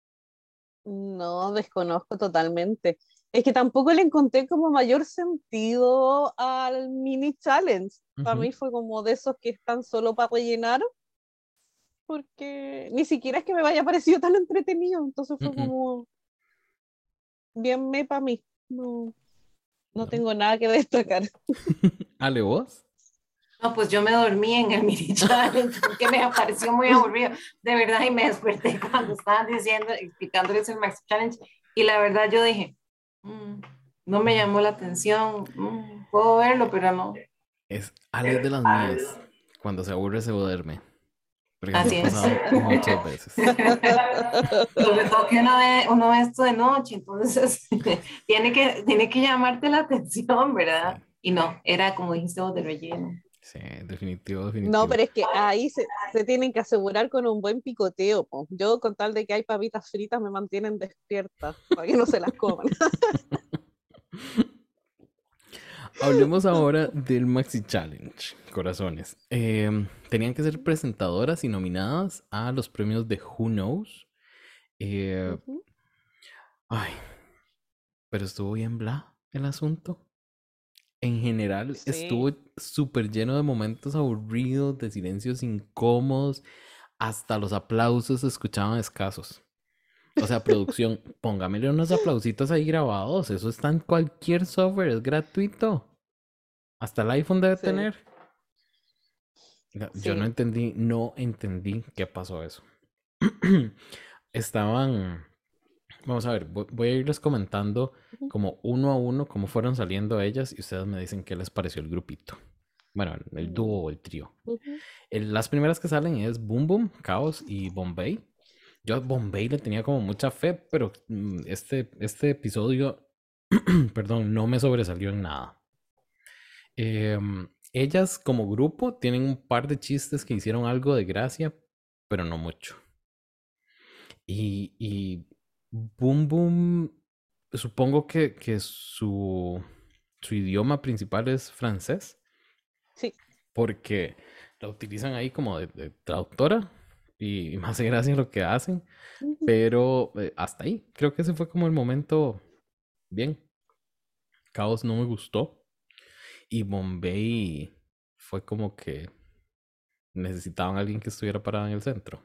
No, desconozco totalmente. Es que tampoco le encontré como mayor sentido al mini challenge. Para Ujú. mí fue como de esos que están solo para rellenar, porque ni siquiera es que me haya parecido tan entretenido. Entonces fue Mm, mm. como bien me para mí. No, no No. tengo nada que destacar. Ale, ¿vos? No, pues yo me dormí en el mini challenge porque me pareció muy aburrido, de verdad, y me desperté cuando estaban diciendo, explicándoles el Max Challenge, y la verdad yo dije, "Mm, no me llamó la atención, mm, puedo verlo, pero no". Es Ale es de las mías. Cuando se aburre, se duerme. Porque me Así ha es. pasado muchas veces. Sobre todo que uno ve, uno ve esto de noche, entonces tiene que, tiene que llamarte la atención, ¿verdad? Sí, Y no, era como dijiste vos, de relleno. sí, definitivo, No, definitivo. pero es que ahí se, se tienen que asegurar con un buen picoteo, po. Yo, con tal de que hay papitas fritas, me mantienen despierta para que no se las coman. Hablemos ahora del Maxi Challenge, corazones. Eh, tenían que ser presentadoras y nominadas a los premios de Who Knows. Eh, Ujú. ay, pero estuvo bien bla el asunto. En general Sí. estuvo súper lleno de momentos aburridos, de silencios incómodos. Hasta los aplausos se escuchaban escasos. O sea, producción, póngamele unos aplausitos ahí grabados. Eso está en cualquier software, es gratuito. Hasta el iPhone debe Sí. tener. No, yo no Sí. entendí, no entendí qué pasó eso. Estaban, vamos a ver, voy, voy a irles comentando Ujú. como uno a uno cómo fueron saliendo ellas y ustedes me dicen qué les pareció el grupito. Bueno, el, el dúo o el trío. Ujú. El- las primeras que salen es Boom Boom, Chaos y Bombay. Yo a Bombay le tenía como mucha fe, pero mm, este, este episodio, perdón, no me sobresalió en nada. Em, ellas como grupo tienen un par de chistes que hicieron algo de gracia, pero no mucho. Y, y Boom Boom, supongo que, que su, su idioma principal es francés, Sí. porque la utilizan ahí como de, de traductora y me hace gracia lo que hacen, Ujú. pero eh, hasta ahí. Creo que ese fue como el momento bien. Caos no me gustó y Bombay fue como que necesitaban a alguien que estuviera parado en el centro.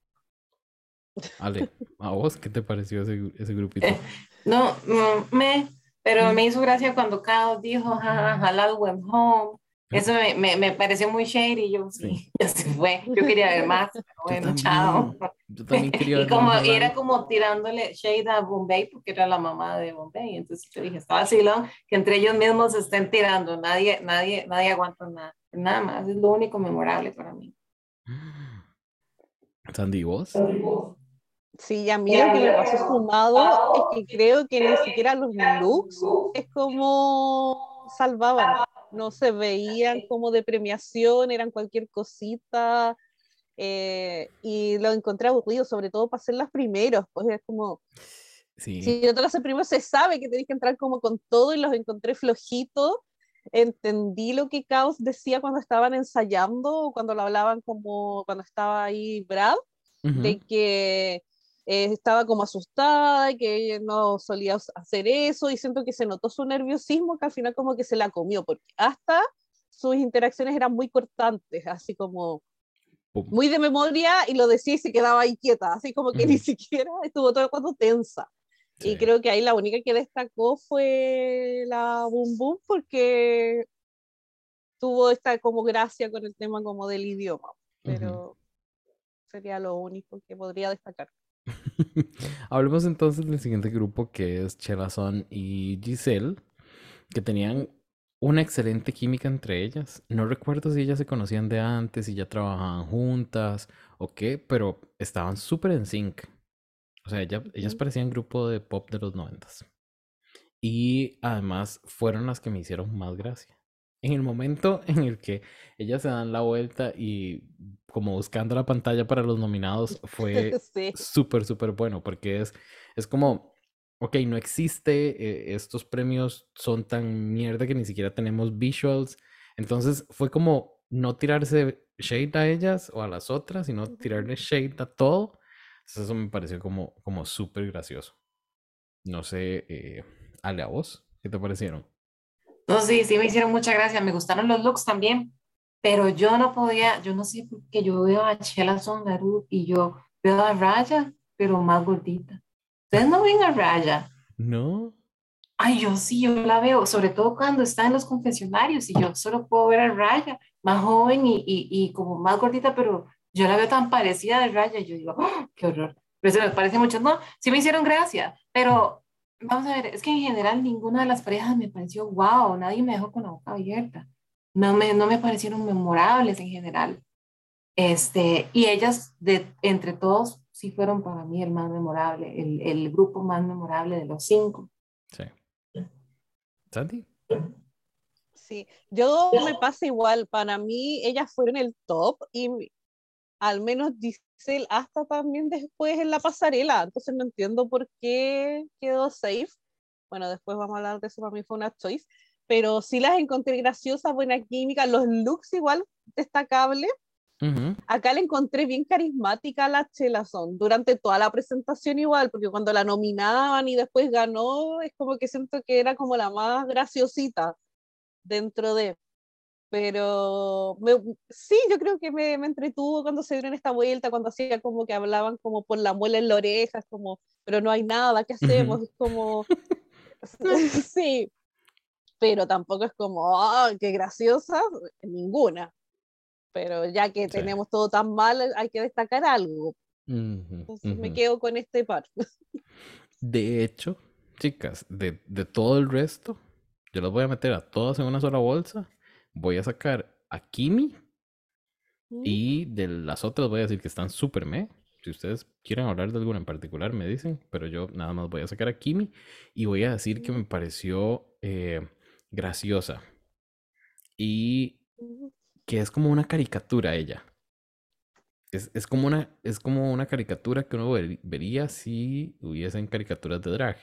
Ale, ¿a vos qué te pareció ese, ese grupito? No, no, me, pero Mm. me hizo gracia cuando Chaos dijo, jajaja, Lal went home, Eso me, me, me pareció muy shady. Yo sí, Sí. ya se fue. Yo quería ver más. Pero Yo bueno, también, chao. yo también quería Y ver como más y era Halal. como tirándole shade a Bombay porque era la mamá de Bombay. Entonces yo dije, está vacilón que entre ellos mismos se estén tirando. Nadie, nadie, nadie aguanta nada. Nada más. Es lo único memorable para mí. Sandy, ¿y vos? Sí, y a mí lo que me pasó sumado es que creo que ni siquiera los looks es como salvaban, no se veían como de premiación, eran cualquier cosita, eh, y lo encontré aburrido, sobre todo para ser las primeros, pues es como, Sí. si yo te lo hace primero se sabe que tenés que entrar como con todo y los encontré flojitos, entendí lo que Caos decía cuando estaban ensayando, o cuando lo hablaban como cuando estaba ahí Brad, Ujú. de que eh, estaba como asustada y que ella no solía hacer eso y siento que se notó su nerviosismo que al final como que se la comió porque hasta sus interacciones eran muy cortantes, así como Pum. muy de memoria y lo decía y se quedaba ahí quieta, así como que Ujú. ni siquiera estuvo todo el rato tensa. Sí. Y creo que ahí la única que destacó fue la Boom Boom porque tuvo esta como gracia con el tema como del idioma, pero Ujú. sería lo único que podría destacar. Hablemos entonces del siguiente grupo que es Chelazon y Giselle, que tenían una excelente química entre ellas. No recuerdo si ellas se conocían de antes, si ya trabajaban juntas o qué, pero estaban súper en sync. O sea, ella- ellas Ujú. parecían grupo de pop de los noventas. Y además fueron las que me hicieron más gracia. En el momento en el que ellas se dan la vuelta y como buscando la pantalla para los nominados fue Sí. súper, súper bueno porque es, es como, ok, no existe, eh, estos premios son tan mierda que ni siquiera tenemos visuals. Entonces fue como no tirarse shade a ellas o a las otras, sino tirarle shade a todo. Entonces eso me pareció como, como súper gracioso. No sé, eh, Ale, a vos, ¿qué te parecieron? No, sí, sí me hicieron mucha gracia. Me gustaron los looks también. Pero yo no podía, yo no sé por qué yo veo a Chela Songaru y yo veo a Raya, pero más gordita. Ustedes no ven a Raya. No. Ay, yo sí, yo la veo, sobre todo cuando está en los confesionarios y yo solo puedo ver a Raya, más joven y, y, y como más gordita, pero yo la veo tan parecida de Raya, y yo digo, ¡oh, qué horror! Pero eso me parece mucho, no, sí me hicieron gracia, pero vamos a ver, es que en general ninguna de las parejas me pareció wow, nadie me dejó con la boca abierta, no me, no me parecieron memorables en general, este, y ellas, de, entre todos, sí fueron para mí el más memorable, el, el grupo más memorable de los cinco. Sí. ¿Santi? Sí, yo me pasa igual, para mí ellas fueron el top y al menos Giselle hasta también después en la pasarela, entonces no entiendo por qué quedó safe. Bueno, después vamos a hablar de eso, para mí fue una choice, pero sí las encontré graciosas, buena química, los looks igual destacables. Ujú. Acá la encontré bien carismática a la Chelazón durante toda la presentación igual, porque cuando la nominaban y después ganó, es como que siento que era como la más graciosita dentro de... Pero me, sí, yo creo que me, me entretuvo cuando se dieron esta vuelta, cuando hacía como que hablaban como por la muela en la oreja, es como, pero no hay nada, ¿qué Ujú. hacemos? Es como, sí, pero tampoco es como, oh, qué graciosa, ninguna. Pero ya que Sí. tenemos todo tan mal, hay que destacar algo. Ujú, Entonces me ujú. quedo con este par. De hecho, chicas, de, de todo el resto, yo las voy a meter a todas en una sola bolsa. Voy a sacar a Kimi ¿Mm? y de las otras voy a decir que están súper meh. Si ustedes quieren hablar de alguna en particular, me dicen, pero yo nada más voy a sacar a Kimi y voy a decir que me pareció eh, graciosa y ¿Mm? que es como una caricatura ella. Es, es como una, es como una caricatura que uno ver- vería si hubiesen caricaturas de drag.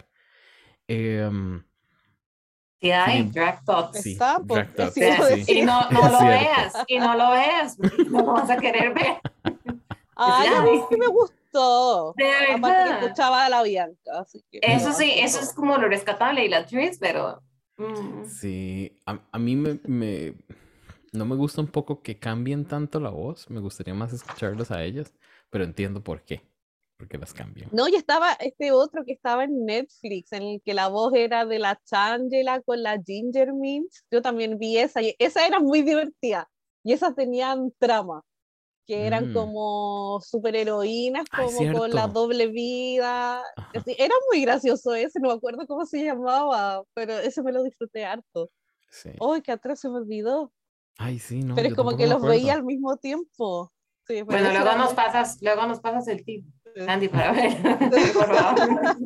Em, Sí sin hay, em- drag thoughts. sí, Está, pues, drag eso Sí, dots, iba a sí, y decir. no, no es lo cierto. veas, y no lo veas, porque no lo vas a querer ver. Es Ay, a mí sí me gratis. gustó. De Aparte que verdad. escuchaba a la Bianca, así que me lo Eso sí, banqué eso es todo. como lo rescatable y la actriz, pero mm, Sí, a, a mí me, me- no me gusta un poco que cambien tanto la voz. Me gustaría más escucharlos a ellas, pero entiendo por qué. porque las cambian. No, y estaba este otro que estaba en Netflix, en el que la voz era de la Changela con la Ginger Mint. Yo también vi esa, y esa era muy divertida. Y esas tenían trama, que eran Mm. como superheroínas, Ay, como con la cierto. doble vida. Ajá. Así, era muy gracioso ese, no me acuerdo cómo se llamaba, pero ese me lo disfruté harto. Sí. ¡Ay, qué atrás se me olvidó! Ay, sí, no, Pero es yo como tampoco que me los veía acuerdo. al mismo tiempo. Sí, pero Bueno, ese luego era nos muy... pasas, luego nos pasas el tip, Andy, para ver, por favor.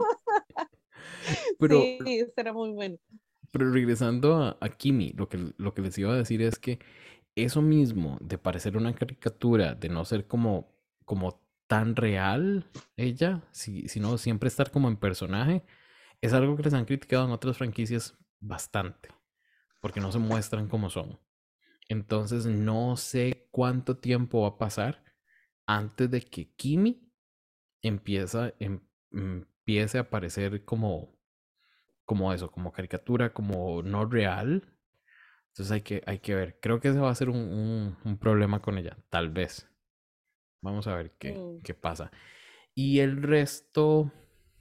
Pero, Sí, ese era muy bueno. pero regresando a, a Kimi, lo que, lo que les iba a decir es que eso mismo de parecer una caricatura, de no ser como, como tan real ella, si, sino siempre estar como en personaje, es algo que les han criticado en otras franquicias bastante, porque no se muestran como son. Entonces no sé cuánto tiempo va a pasar antes de que Kimi empieza, em- empiece a aparecer como, como eso, como caricatura, como no real. Entonces hay que, hay que ver. Creo que ese va a ser un, un- un problema con ella, tal vez. Vamos a ver qué, Mm. qué pasa. Y el resto,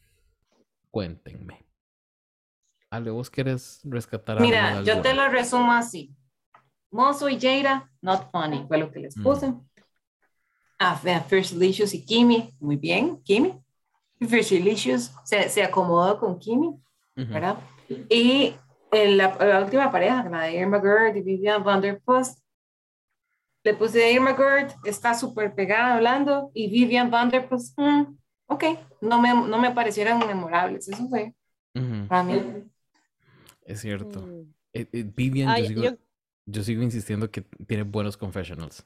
cuéntenme. Ale, ¿vos querés rescatar algo de Mira, yo te alguna? lo resumo así. Mozo y Jada, not funny, fue lo que les Mm, puse. A First Delicious y Kimi, muy bien, Kimi. First Delicious se, se acomodó con Kimi, ujú, ¿verdad? Y en la, la última pareja, la de Irma Gerd y Vivian Vanderpuss, le puse a Irma Gerd, está súper pegada hablando, y Vivian Vanderpuss, mm, ok, no me, no me parecieron memorables, eso fue ujú. para mí. Es cierto. Mm. Eh, eh, Vivian, yo Ay, sigo, yo, yo sigo insistiendo que tiene buenos confessionals.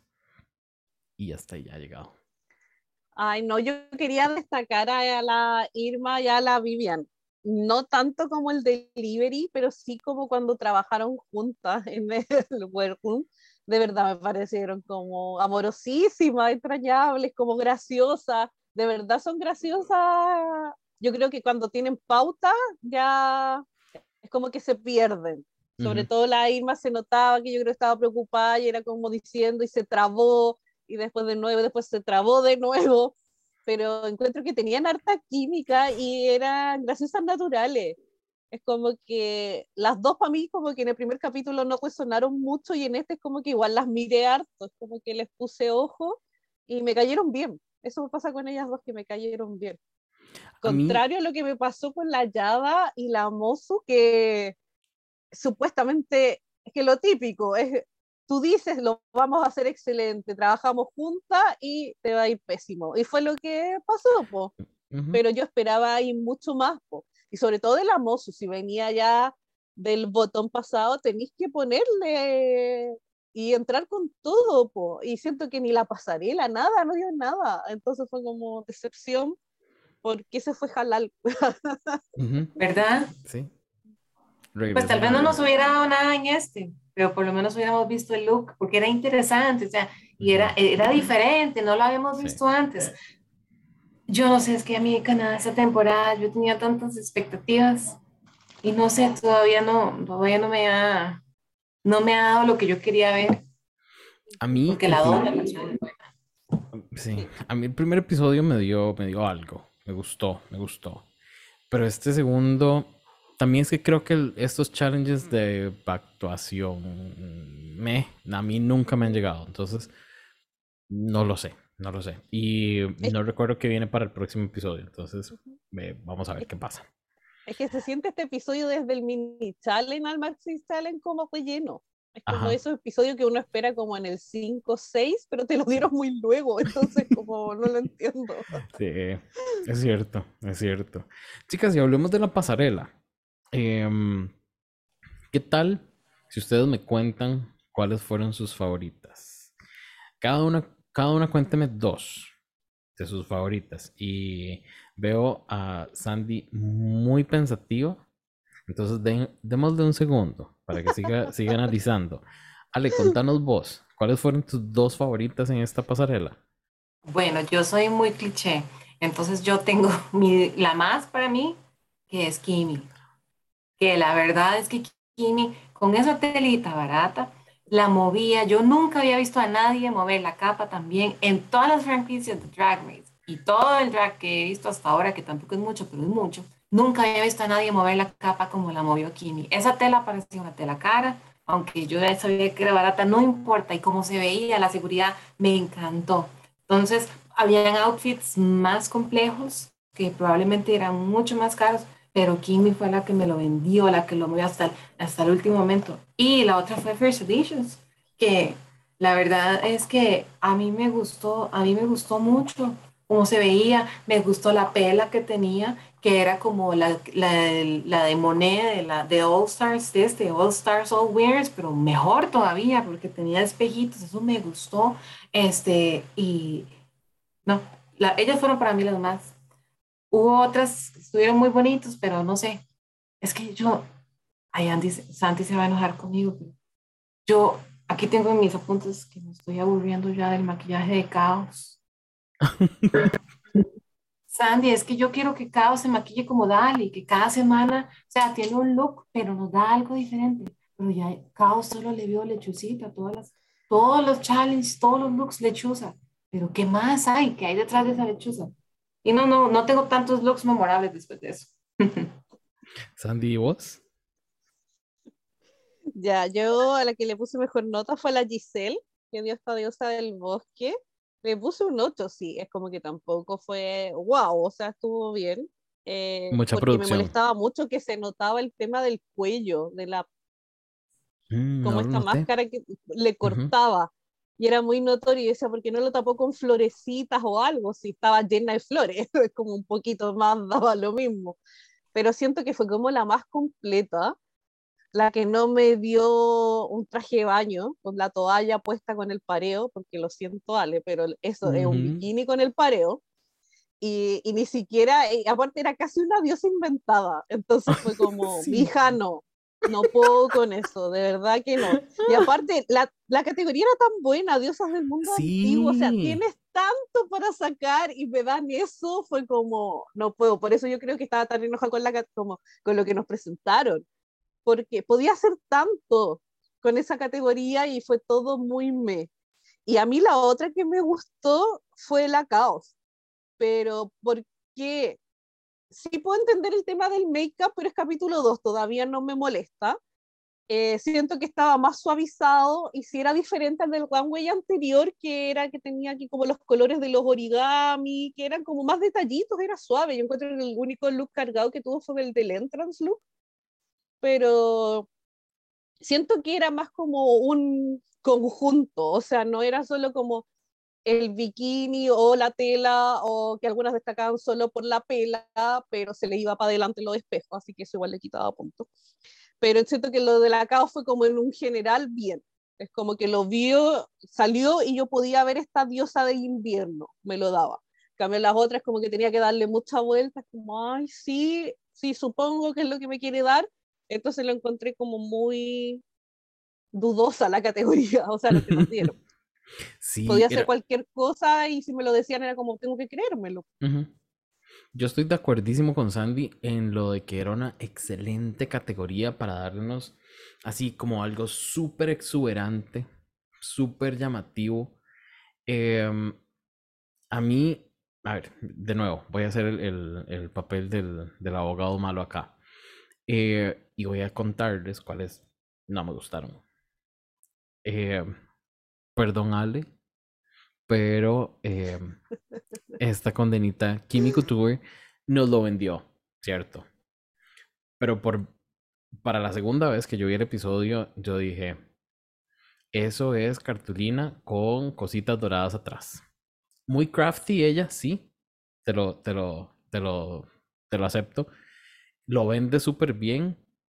Y hasta ahí ha llegado. ay, no, yo quería destacar a la Irma y a la Vivian. No tanto como el delivery, pero sí como cuando trabajaron juntas en el workroom. De verdad me parecieron como amorosísimas, entrañables, como graciosas. De verdad son graciosas. Yo creo que cuando tienen pauta ya es como que se pierden. Sobre Ujú, todo la Irma se notaba que yo creo que estaba preocupada y era como diciendo y se trabó y después de nuevo, después se trabó de nuevo, pero encuentro que tenían harta química y eran graciosas naturales. Es como que las dos para mí como que en el primer capítulo no resonaron mucho y en este es como que igual las miré harto, es como que les puse ojo y me cayeron bien. Eso me pasa con ellas dos, que me cayeron bien. A mí, Contrario a lo que me pasó con la Yada y la Mozu, que supuestamente, es que lo típico es, tú dices, lo vamos a hacer excelente, trabajamos juntas y te va a ir pésimo. Y fue lo que pasó, po. ujú, Pero yo esperaba ir mucho más, po. Y sobre todo de la Mozu, si venía ya del botón pasado, tenéis que ponerle y entrar con todo, po. Y siento que ni la pasarela, nada, no dio nada. Entonces fue como decepción, porque se fue halal. ujú, ¿Verdad? sí, Pues tal vez no regresando. nos hubiera dado nada en este, pero por lo menos hubiéramos visto el look, porque era interesante, o sea, y era, Ujú, era diferente, no lo habíamos sí. visto antes. Yo no sé, es que a mí Canadá esta temporada yo tenía tantas expectativas y no sé, todavía no, todavía no me ha, no me ha dado lo que yo quería ver, A mí porque el la prim- doble. sí, Sí. a mí el primer episodio me dio, me dio algo. Me gustó, me gustó. Pero este segundo, también es que creo que el- estos challenges de actuación, me, a mí nunca me han llegado. Entonces, no lo sé, no lo sé. Y Es, no recuerdo qué viene para el próximo episodio. Entonces, eh, vamos a ver es qué pasa. Es que se siente este episodio desde el mini challenge al maxi challenge como relleno. Es como Ajá, esos episodios que uno espera como en el cinco seis, pero te lo sí. dieron muy luego, entonces como no lo entiendo. Sí, es cierto, es cierto. Chicas, y hablemos de la pasarela. Em, ¿qué tal si ustedes me cuentan cuáles fueron sus favoritas? Cada una, cada una cuénteme dos de sus favoritas. Y veo a Sandy muy pensativa. Entonces, den, démosle un segundo para que siga, siga analizando. Ale, contanos vos, ¿cuáles fueron tus dos favoritas en esta pasarela? Bueno, yo soy muy cliché, entonces yo tengo mi, la más para mí, que es Kimi, que la verdad es que Kimi, con esa telita barata, la movía. Yo nunca había visto a nadie mover la capa también en todas las franquicias de Drag Race. y todo el drag que he visto hasta ahora, que tampoco es mucho, pero es mucho, nunca había visto a nadie mover la capa como la movió Kimi. Esa tela parecía una tela cara, aunque yo ya sabía que era barata, no importa, y cómo se veía, la seguridad, me encantó. Entonces, habían outfits más complejos, que probablemente eran mucho más caros, pero Kimi fue la que me lo vendió, la que lo movió hasta el, hasta el último momento. Y la otra fue First Editions, que la verdad es que a mí me gustó, a mí me gustó mucho cómo se veía, me gustó la pela que tenía, que era como la, la, la de Monet, de, la, de All Stars, de este, All Stars, All Wears, pero mejor todavía, porque tenía espejitos, eso me gustó, este, y no, la, ellos fueron para mí los más. Hubo otras que estuvieron muy bonitos, pero no sé, es que yo, ay, Andy, Santi se va a enojar conmigo, pero yo aquí tengo en mis apuntes que me estoy aburriendo ya del maquillaje de Caos. Sandy, es que yo quiero que Caos se maquille como Dali, que cada semana, o sea, tiene un look, pero nos da algo diferente. Pero ya Caos solo le vio lechucita, todas las, todos los challenges, todos los looks lechuza. Pero ¿qué más hay? ¿Qué hay detrás de esa lechuza? Y no, no, no tengo tantos looks memorables después de eso. Sandy, ¿y vos? Ya, yo a la que le puse mejor nota fue a la Giselle, que dio esta diosa del bosque. Le puse un ocho, sí, es como que tampoco fue wow, o sea, estuvo bien. Eh, Mucha porque me producción. molestaba mucho que se notaba el tema del cuello, de la, Mm, como no lo esta noté. máscara que le Ujú. cortaba. Y era muy notorio, y decía, ¿por qué no lo tapó con florecitas o algo? Si estaba llena de flores, es como un poquito más, daba lo mismo. Pero siento que fue como la más completa, la que no me dio un traje de baño con la toalla puesta con el pareo, porque lo siento, Ale, pero eso es un Ujú. bikini con el pareo, y, y ni siquiera, y aparte era casi una diosa inventada, entonces fue como, mi Sí. hija, no, no puedo con eso, de verdad que no. Y aparte, la, la categoría era tan buena, diosas del mundo antiguo, o sea, Sí. tienes tanto para sacar y me dan eso, fue como, no puedo, por eso yo creo que estaba tan enojada con, la, como, con lo que nos presentaron, porque podía hacer tanto con esa categoría y fue todo muy me. Y a mí la otra que me gustó fue la Caos, pero porque sí puedo entender el tema del make-up, pero es capítulo dos, todavía no me molesta. Eh, siento que estaba más suavizado y si era diferente al del runway anterior, que era que tenía aquí como los colores de los origami, que eran como más detallitos, era suave. Yo encuentro que el único look cargado que tuvo fue el del entrance look, pero siento que era más como un conjunto, o sea, no era solo como el bikini o la tela, o que algunas destacaban solo por la pela, pero se le iba para adelante los espejos, así que eso igual le quitaba puntos. Pero siento que lo de la Cao fue como en un general bien. Es como que lo vio, salió y yo podía ver esta diosa de invierno, me lo daba. En cambio, las otras como que tenía que darle mucha vuelta, como, ay, sí, sí, supongo que es lo que me quiere dar. Entonces lo encontré como muy dudosa la categoría, o sea, lo que nos dieron. Sí, Podía hacer era. cualquier cosa y si me lo decían era como, tengo que creérmelo. Ujú. Yo estoy de acuerdísimo con Sandy en lo de que era una excelente categoría para darnos así como algo súper exuberante, súper llamativo. Em, a mí, a ver, de nuevo, voy a hacer el, el- el papel del, del abogado malo acá. Eh, y voy a contarles cuáles no me gustaron. Em, Perdón, Ale, pero em, esta condenita Kimi Couture nos lo vendió, ¿cierto? Pero por, para la segunda vez que yo vi el episodio, yo dije, eso es cartulina con cositas doradas atrás. Muy crafty ella, sí, te lo, te lo, te lo, te lo acepto. Lo vende súper bien,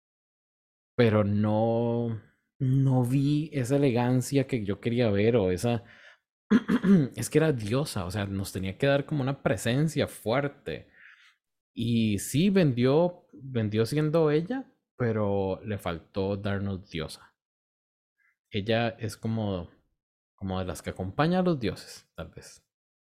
pero no, no vi esa elegancia que yo quería ver o esa... Es que era diosa, o sea, nos tenía que dar como una presencia fuerte. Y sí, vendió, vendió siendo ella, pero le faltó darnos diosa. Ella es como, como de las que acompaña a los dioses, tal vez.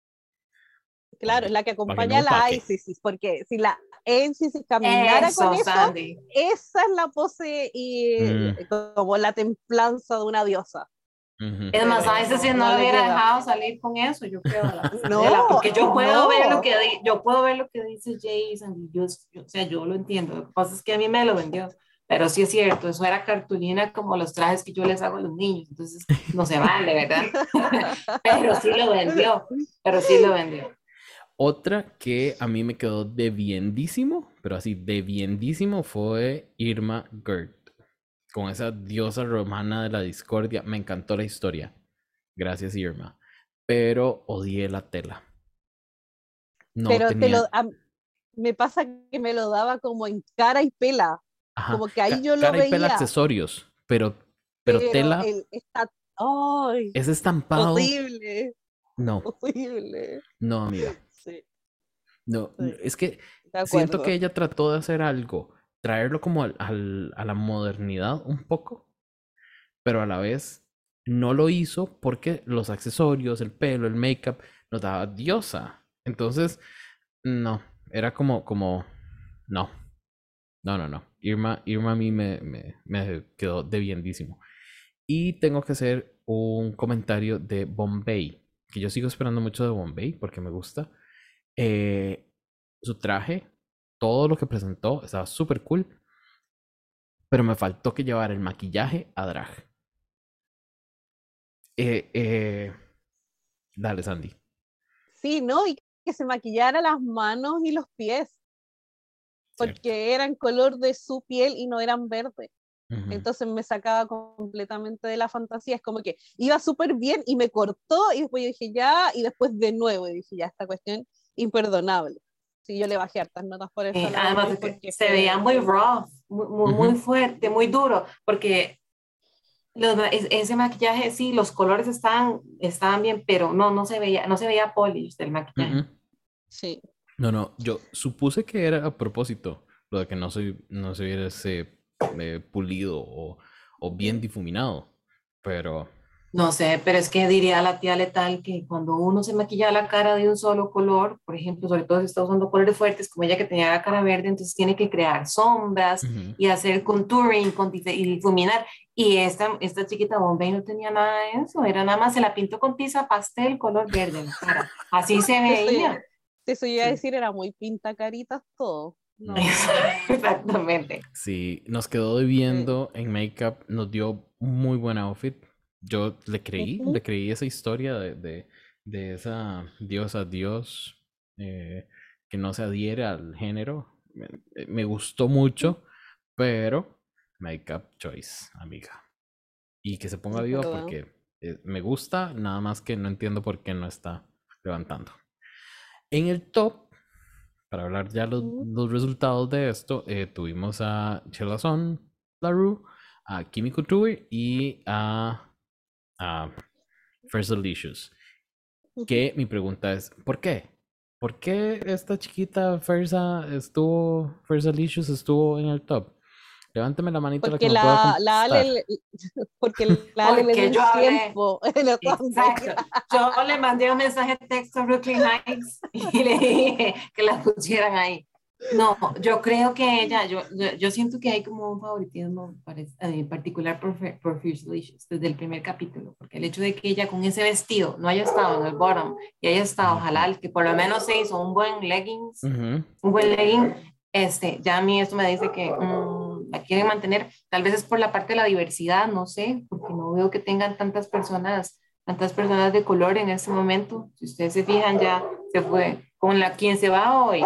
Para Claro, es que, la que para que acompaña no a la opaque. Isis, porque si la Isis caminara con Eso, eso, Sandy. esa es la pose y Mm, como la templanza de una diosa. Ujú. Es más, pero a veces si no, no no lo le hubiera queda. dejado salir con eso, yo creo, la pasarela, No, porque yo puedo ver lo no. que di- yo puedo ver lo que dice Jason, y yo, yo- o sea, yo lo entiendo. Lo que pasa es que a mí me lo vendió, pero sí es cierto, eso era cartulina como los trajes que yo les hago a los niños, entonces no se vale, ¿verdad? Pero sí lo vendió, pero sí lo vendió. Otra que a mí me quedó debiendísimo, pero así debiendísimo, fue Irma Gerd, con esa diosa romana de la discordia. Me encantó la historia. Gracias, Irma. Pero odié la tela. No Pero te lo, tenía. a- me pasa que me lo daba como en cara y pela, Ajá. como que ahí ca- yo lo cara y pela veía, accesorios, pero, pero pero tela, el está, ¡ay! ese estampado. Horrible, No, horrible. no, amiga. Sí, No, n- sí, es que de siento que acuerdo. ella trató de hacer algo, traerlo como al- al- a la modernidad un poco, pero a la vez no lo hizo porque los accesorios, el pelo, el make-up nos daba diosa. Entonces, no, era como, como, no, no, no, no. Irma, Irma a mí me, me, me quedó debiendísimo. Y tengo que hacer un comentario de Bombay, que yo sigo esperando mucho de Bombay porque me gusta. Eh, Su traje, todo lo que presentó, estaba súper cool, pero me faltó que llevara el maquillaje a drag. Eh, eh, Dale, Sandy. Sí, ¿no? Y que se maquillara las manos y los pies, Cierto. porque eran color de su piel y no eran verdes. Ujú. Entonces me sacaba completamente de la fantasía. Es como que iba súper bien y me cortó y después yo dije ya, y después de nuevo y dije ya, esta cuestión imperdonable. Sí, yo le bajé hartas notas por eso a Eh, la además Bombay de que porque se veía fue... muy rough, muy, muy, muy Ujú. fuerte, muy duro, porque los ma- es- ese maquillaje, sí, los colores estaban, estaban bien, pero no, no se veía, no se veía polish del maquillaje. Mm-mm. Sí. No, no, yo supuse que era a propósito, lo de que no se, no se viese eh, pulido o, o bien difuminado, pero... No sé, pero es que diría la tía letal que cuando uno se maquilla la cara de un solo color, por ejemplo, sobre todo si está usando colores fuertes, como ella que tenía la cara verde, entonces tiene que crear sombras Ujú. y hacer contouring con dif- y difuminar. Y esta, esta chiquita Bombay no tenía nada de eso, era nada más, se la pintó con tiza pastel color verde en la cara. Así se Sí, eso, veía. eso yo iba a Sí. decir, era muy pintacaritas todo. Ujú. No. Exactamente. Sí, nos quedó Sí. debiendo en make-up, nos dio un muy buen outfit. Yo le creí, Ujú. le creí esa historia de, de, de esa diosa dios eh, que no se adhiere al género. Me, eh, me gustó mucho, pero make-up choice, amiga. Y que se ponga Es viva verdad. porque eh, me gusta, nada más que no entiendo por qué no está levantando. En el top, para hablar ya los, Ujú. los resultados de esto, eh, tuvimos a Chelazon Larue, a Kimi Couture y a, a First Delicious. Ujú. Que mi pregunta es, ¿por qué? ¿Por qué esta chiquita Fersa estuvo, First Delicious estuvo en el top? Levánteme la manita la que Porque me pueda la, la Ale, contestar. le- porque la Ale le dio Porque el yo hablé. tiempo en el runway. Exacto. Yo le mandé un mensaje de texto a Brooklyn Heights y le dije que la pusieran ahí. No, yo creo que ella, yo, yo, yo siento que hay como un favoritismo parec- eh, particular por, Fe- por Fierce Delicious desde el primer capítulo, porque el hecho de que ella con ese vestido no haya estado en el bottom y haya estado, Ujú. ojalá, que por lo menos se hizo un buen leggings, Ujú. un buen legging, este, ya a mí esto me dice que mm, la quieren mantener, tal vez es por la parte de la diversidad, no sé, porque no veo que tengan tantas personas, tantas personas de color en este momento. Si ustedes se fijan, ya se fue con la quien se va hoy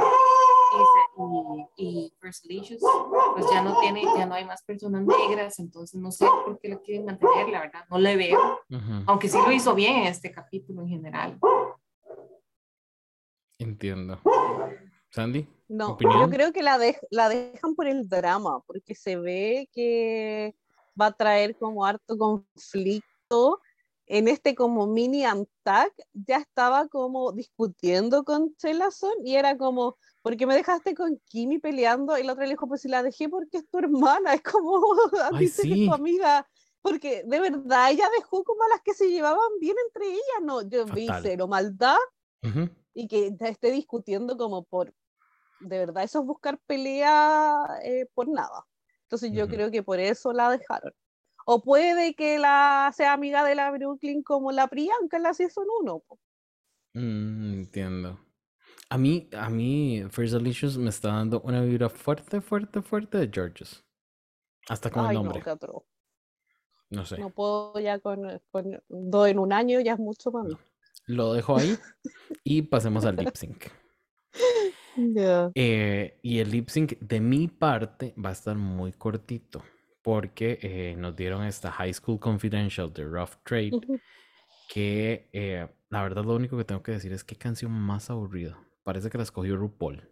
y, y First Delicious, pues ya no tiene, ya no hay más personas negras, entonces no sé por qué la quieren mantener, la verdad, no le veo, Ujú. aunque sí lo hizo bien en este capítulo en general. Entiendo. Sandy, No, yo opinión. creo que la, dej- la dejan por el drama, porque se ve que va a traer como harto conflicto. En este como mini Antac ya estaba como discutiendo con Chelazon y era como, ¿por qué me dejaste con Kimi peleando? Y la otra le dijo, pues si la dejé porque es tu hermana, es como, Ay, dice que es tu sí, amiga, porque de verdad ella dejó como a las que se llevaban bien entre ellas, no, yo vi fatal. cero maldad Ujú. y que ya esté discutiendo como por de verdad eso es buscar pelea eh, por nada. Entonces yo Ujú. creo que por eso la dejaron. O puede que la sea amiga de la Brooklyn como la Priyanka en la Season uno. Mm, entiendo. A mí, a mí, First Delicious me está dando una vibra fuerte, fuerte, fuerte de Georges. Hasta con el Ay, no, nombre. qué atroz. No sé. No puedo ya con, con dos en un año, ya es mucho para mí. No. Lo dejo ahí y pasemos al lip sync. Yeah. Eh, y el lip sync de mi parte va a estar muy cortito porque eh, nos dieron esta High School Confidential de Rough Trade Ujú. que eh, la verdad lo único que tengo que decir es qué canción más aburrida. Parece que la escogió RuPaul.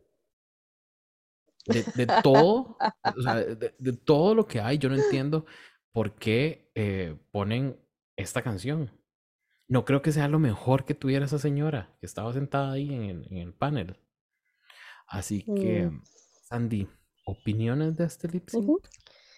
De, de todo, o sea, de, de todo lo que hay, yo no entiendo por qué eh, ponen esta canción. No creo que sea lo mejor que tuviera esa señora que estaba sentada ahí en el, en el panel. Así que, Mm, Sandy, ¿opiniones de este lip sync? ujú.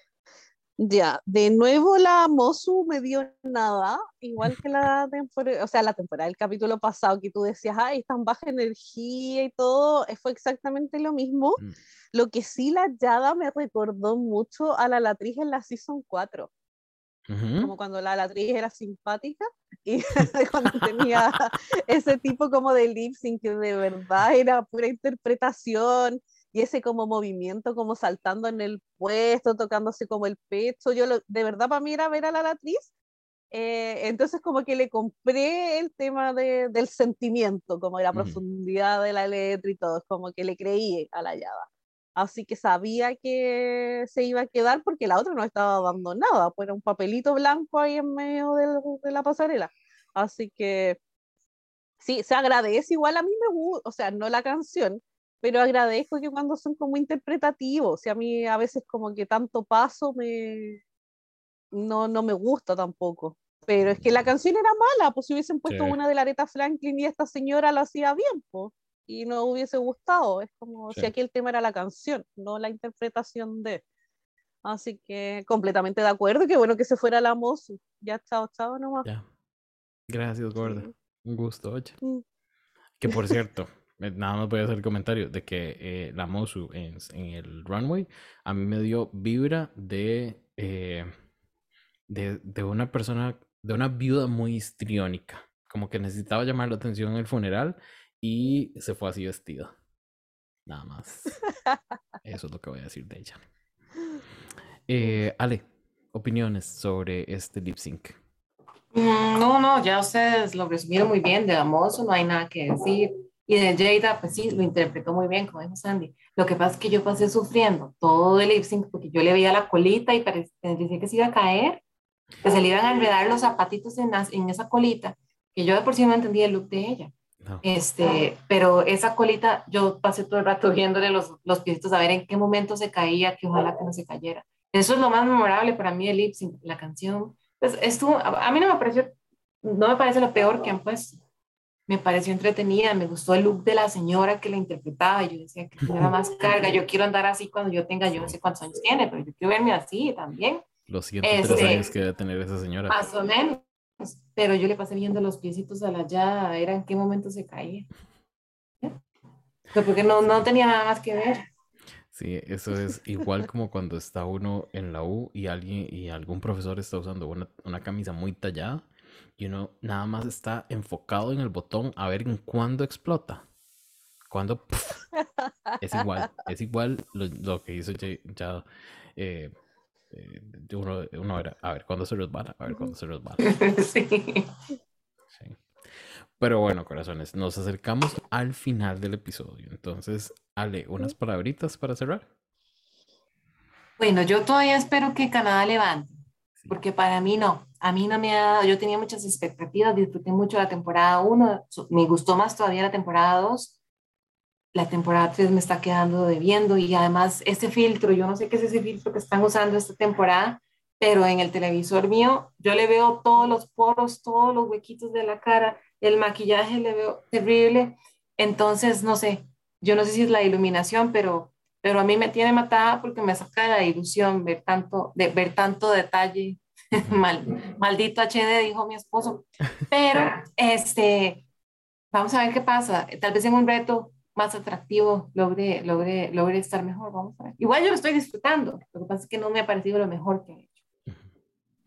Ya, de nuevo la Mosu me dio nada, igual que la temporada, o sea, la temporada del capítulo pasado que tú decías, ay, tan baja energía y todo, eh, fue exactamente lo mismo. Mm, Lo que sí la Yada me recordó mucho a la Latriz en la Season cuatro, ujú. como cuando la Latriz era simpática y cuando tenía ese tipo como de lip sync que de verdad era pura interpretación y ese como movimiento como saltando en el puesto, tocándose como el pecho. Yo lo, de verdad para mí era ver a la Latriz. Eh, entonces como que le compré el tema de, del sentimiento, como de la Ujú. profundidad de la letra y todo, es como que le creí a la Yada. Así que sabía que se iba a quedar porque la otra no estaba dando nada, pues era un papelito blanco ahí en medio del, de la pasarela. Así que sí, se agradece, igual a mí me gusta, o sea, no la canción, pero agradezco que cuando son como interpretativos, o sea, a mí a veces como que tanto paso me, no, no me gusta tampoco. Pero es que la canción era mala, pues si hubiesen Sí, puesto una de la Aretha Franklin y esta señora lo hacía bien, pues, y no hubiese gustado. Es como sí, si aquí el tema era la canción, no la interpretación de. Así que completamente de acuerdo, qué bueno que se fuera la Mozu. Ya, chao, chao nomás. ya. Gracias, gorda. Sí. Un gusto, oye. Mm. Que por cierto, eh, nada más voy a hacer el comentario de que eh, la Mosu en, en el runway a mí me dio vibra de, eh, de, de una persona, de una viuda muy histriónica. Como que necesitaba llamar la atención en el funeral y se fue así vestida. Nada más. Eso es lo que voy a decir de ella. Eh, Ale, opiniones sobre este lip sync. Mm, No, no, ya ustedes lo resumieron muy bien. De Amoso no hay nada que decir. Y de Jada, pues sí, lo interpretó muy bien, como dijo Sandy. Lo que pasa es que yo pasé sufriendo todo el lip sync porque yo le veía la colita y parecía que se iba a caer, que se le iban a enredar los zapatitos en, las- en esa colita, que yo de por sí no entendía el look de ella. No, Este, pero esa colita, yo pasé todo el rato viéndole los, los piecitos a ver en qué momento se caía, que ojalá que no se cayera. Eso es lo más memorable para mí del lip sync, la canción. Pues estuvo, a, a mí no me pareció, no me parece lo peor que han puesto. Me pareció entretenida, me gustó el look de la señora que la interpretaba. Yo decía que señora más carga, yo quiero andar así cuando yo tenga, yo no sé cuántos años tiene, pero yo quiero verme así también. los ciento tres años Este, que debe tener esa señora. más o menos. Pero yo le pasé viendo los piecitos a la ya, era en qué momento se caía. Pero porque no, no tenía nada más que ver. Sí, eso es igual como cuando está uno en la U y alguien y algún profesor está usando una, una camisa muy tallada y uno nada más está enfocado en el botón a ver en cuándo explota. Cuando es igual, es igual lo, lo que hizo ya, ya, eh, eh, uno, uno era, a ver cuándo se resbala, a ver cuándo se resbala. Sí. Sí. Pero bueno, corazones, nos acercamos al final del episodio. Entonces, Ale, unas palabritas para cerrar. Bueno, yo todavía espero que Canadá levante, Sí. porque para mí no. A mí no me ha dado, yo tenía muchas expectativas, disfruté mucho la temporada uno, me gustó más todavía la temporada dos. La temporada tres me está quedando debiendo y además ese filtro, yo no sé qué es ese filtro que están usando esta temporada, pero en el televisor mío yo le veo todos los poros, todos los huequitos de la cara, el maquillaje le veo terrible, entonces no sé, yo no sé si es la iluminación, pero, pero a mí me tiene matada porque me saca de la ilusión ver tanto, de, ver tanto detalle, Ujú. Mal, maldito H D, dijo mi esposo, pero este, vamos a ver qué pasa, tal vez en un reto más atractivo logre, logre, logre estar mejor, vamos a ver. Igual yo lo estoy disfrutando, lo que pasa es que no me ha parecido lo mejor que he hecho.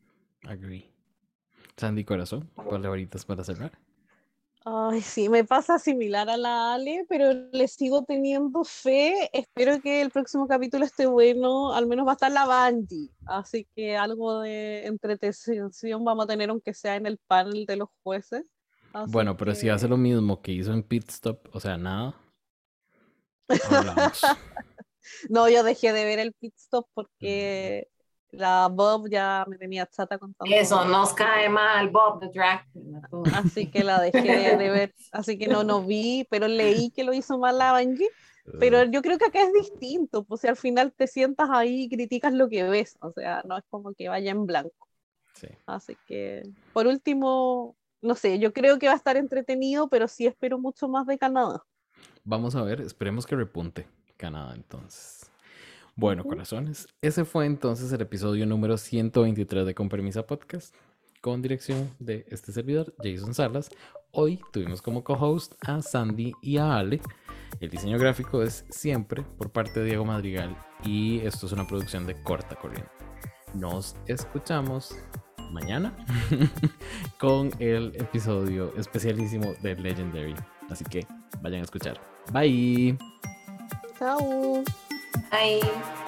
Agree. Sandy Corazón, palabritas para cerrar. Ay, sí, me pasa similar a la Ale, pero le sigo teniendo fe. Espero que el próximo capítulo esté bueno. Al menos va a estar la Bungie. Así que algo de entretención vamos a tener, aunque sea en el panel de los jueces. Así Bueno, pero que... si hace lo mismo que hizo en Pit Stop, o sea, nada, hablamos. No, yo dejé de ver el Pit Stop porque la Bob ya me tenía chata con tanto. Eso, nos cae mal, Bob the Drag. Así que la dejé de ver. Así que no, no vi, pero leí que lo hizo mal la Bungie. Pero yo creo que acá es distinto, pues si al final te sientas ahí y criticas lo que ves, o sea, no es como que vaya en blanco. Sí. Así que, por último, no sé, yo creo que va a estar entretenido, pero sí espero mucho más de Canadá. Vamos a ver, esperemos que repunte Canadá entonces. Bueno, uh-huh. corazones, ese fue entonces el episodio número ciento veintitrés de Con Permisa Podcast, con dirección de este servidor, Jason Salas. Hoy tuvimos como co-host a Sandy y a Ale. El diseño gráfico es siempre por parte de Diego Madrigal y esto es una producción de Corta Corriente. Nos escuchamos mañana con el episodio especialísimo de Legendary. Así que vayan a escuchar. Bye. Chao. Bye.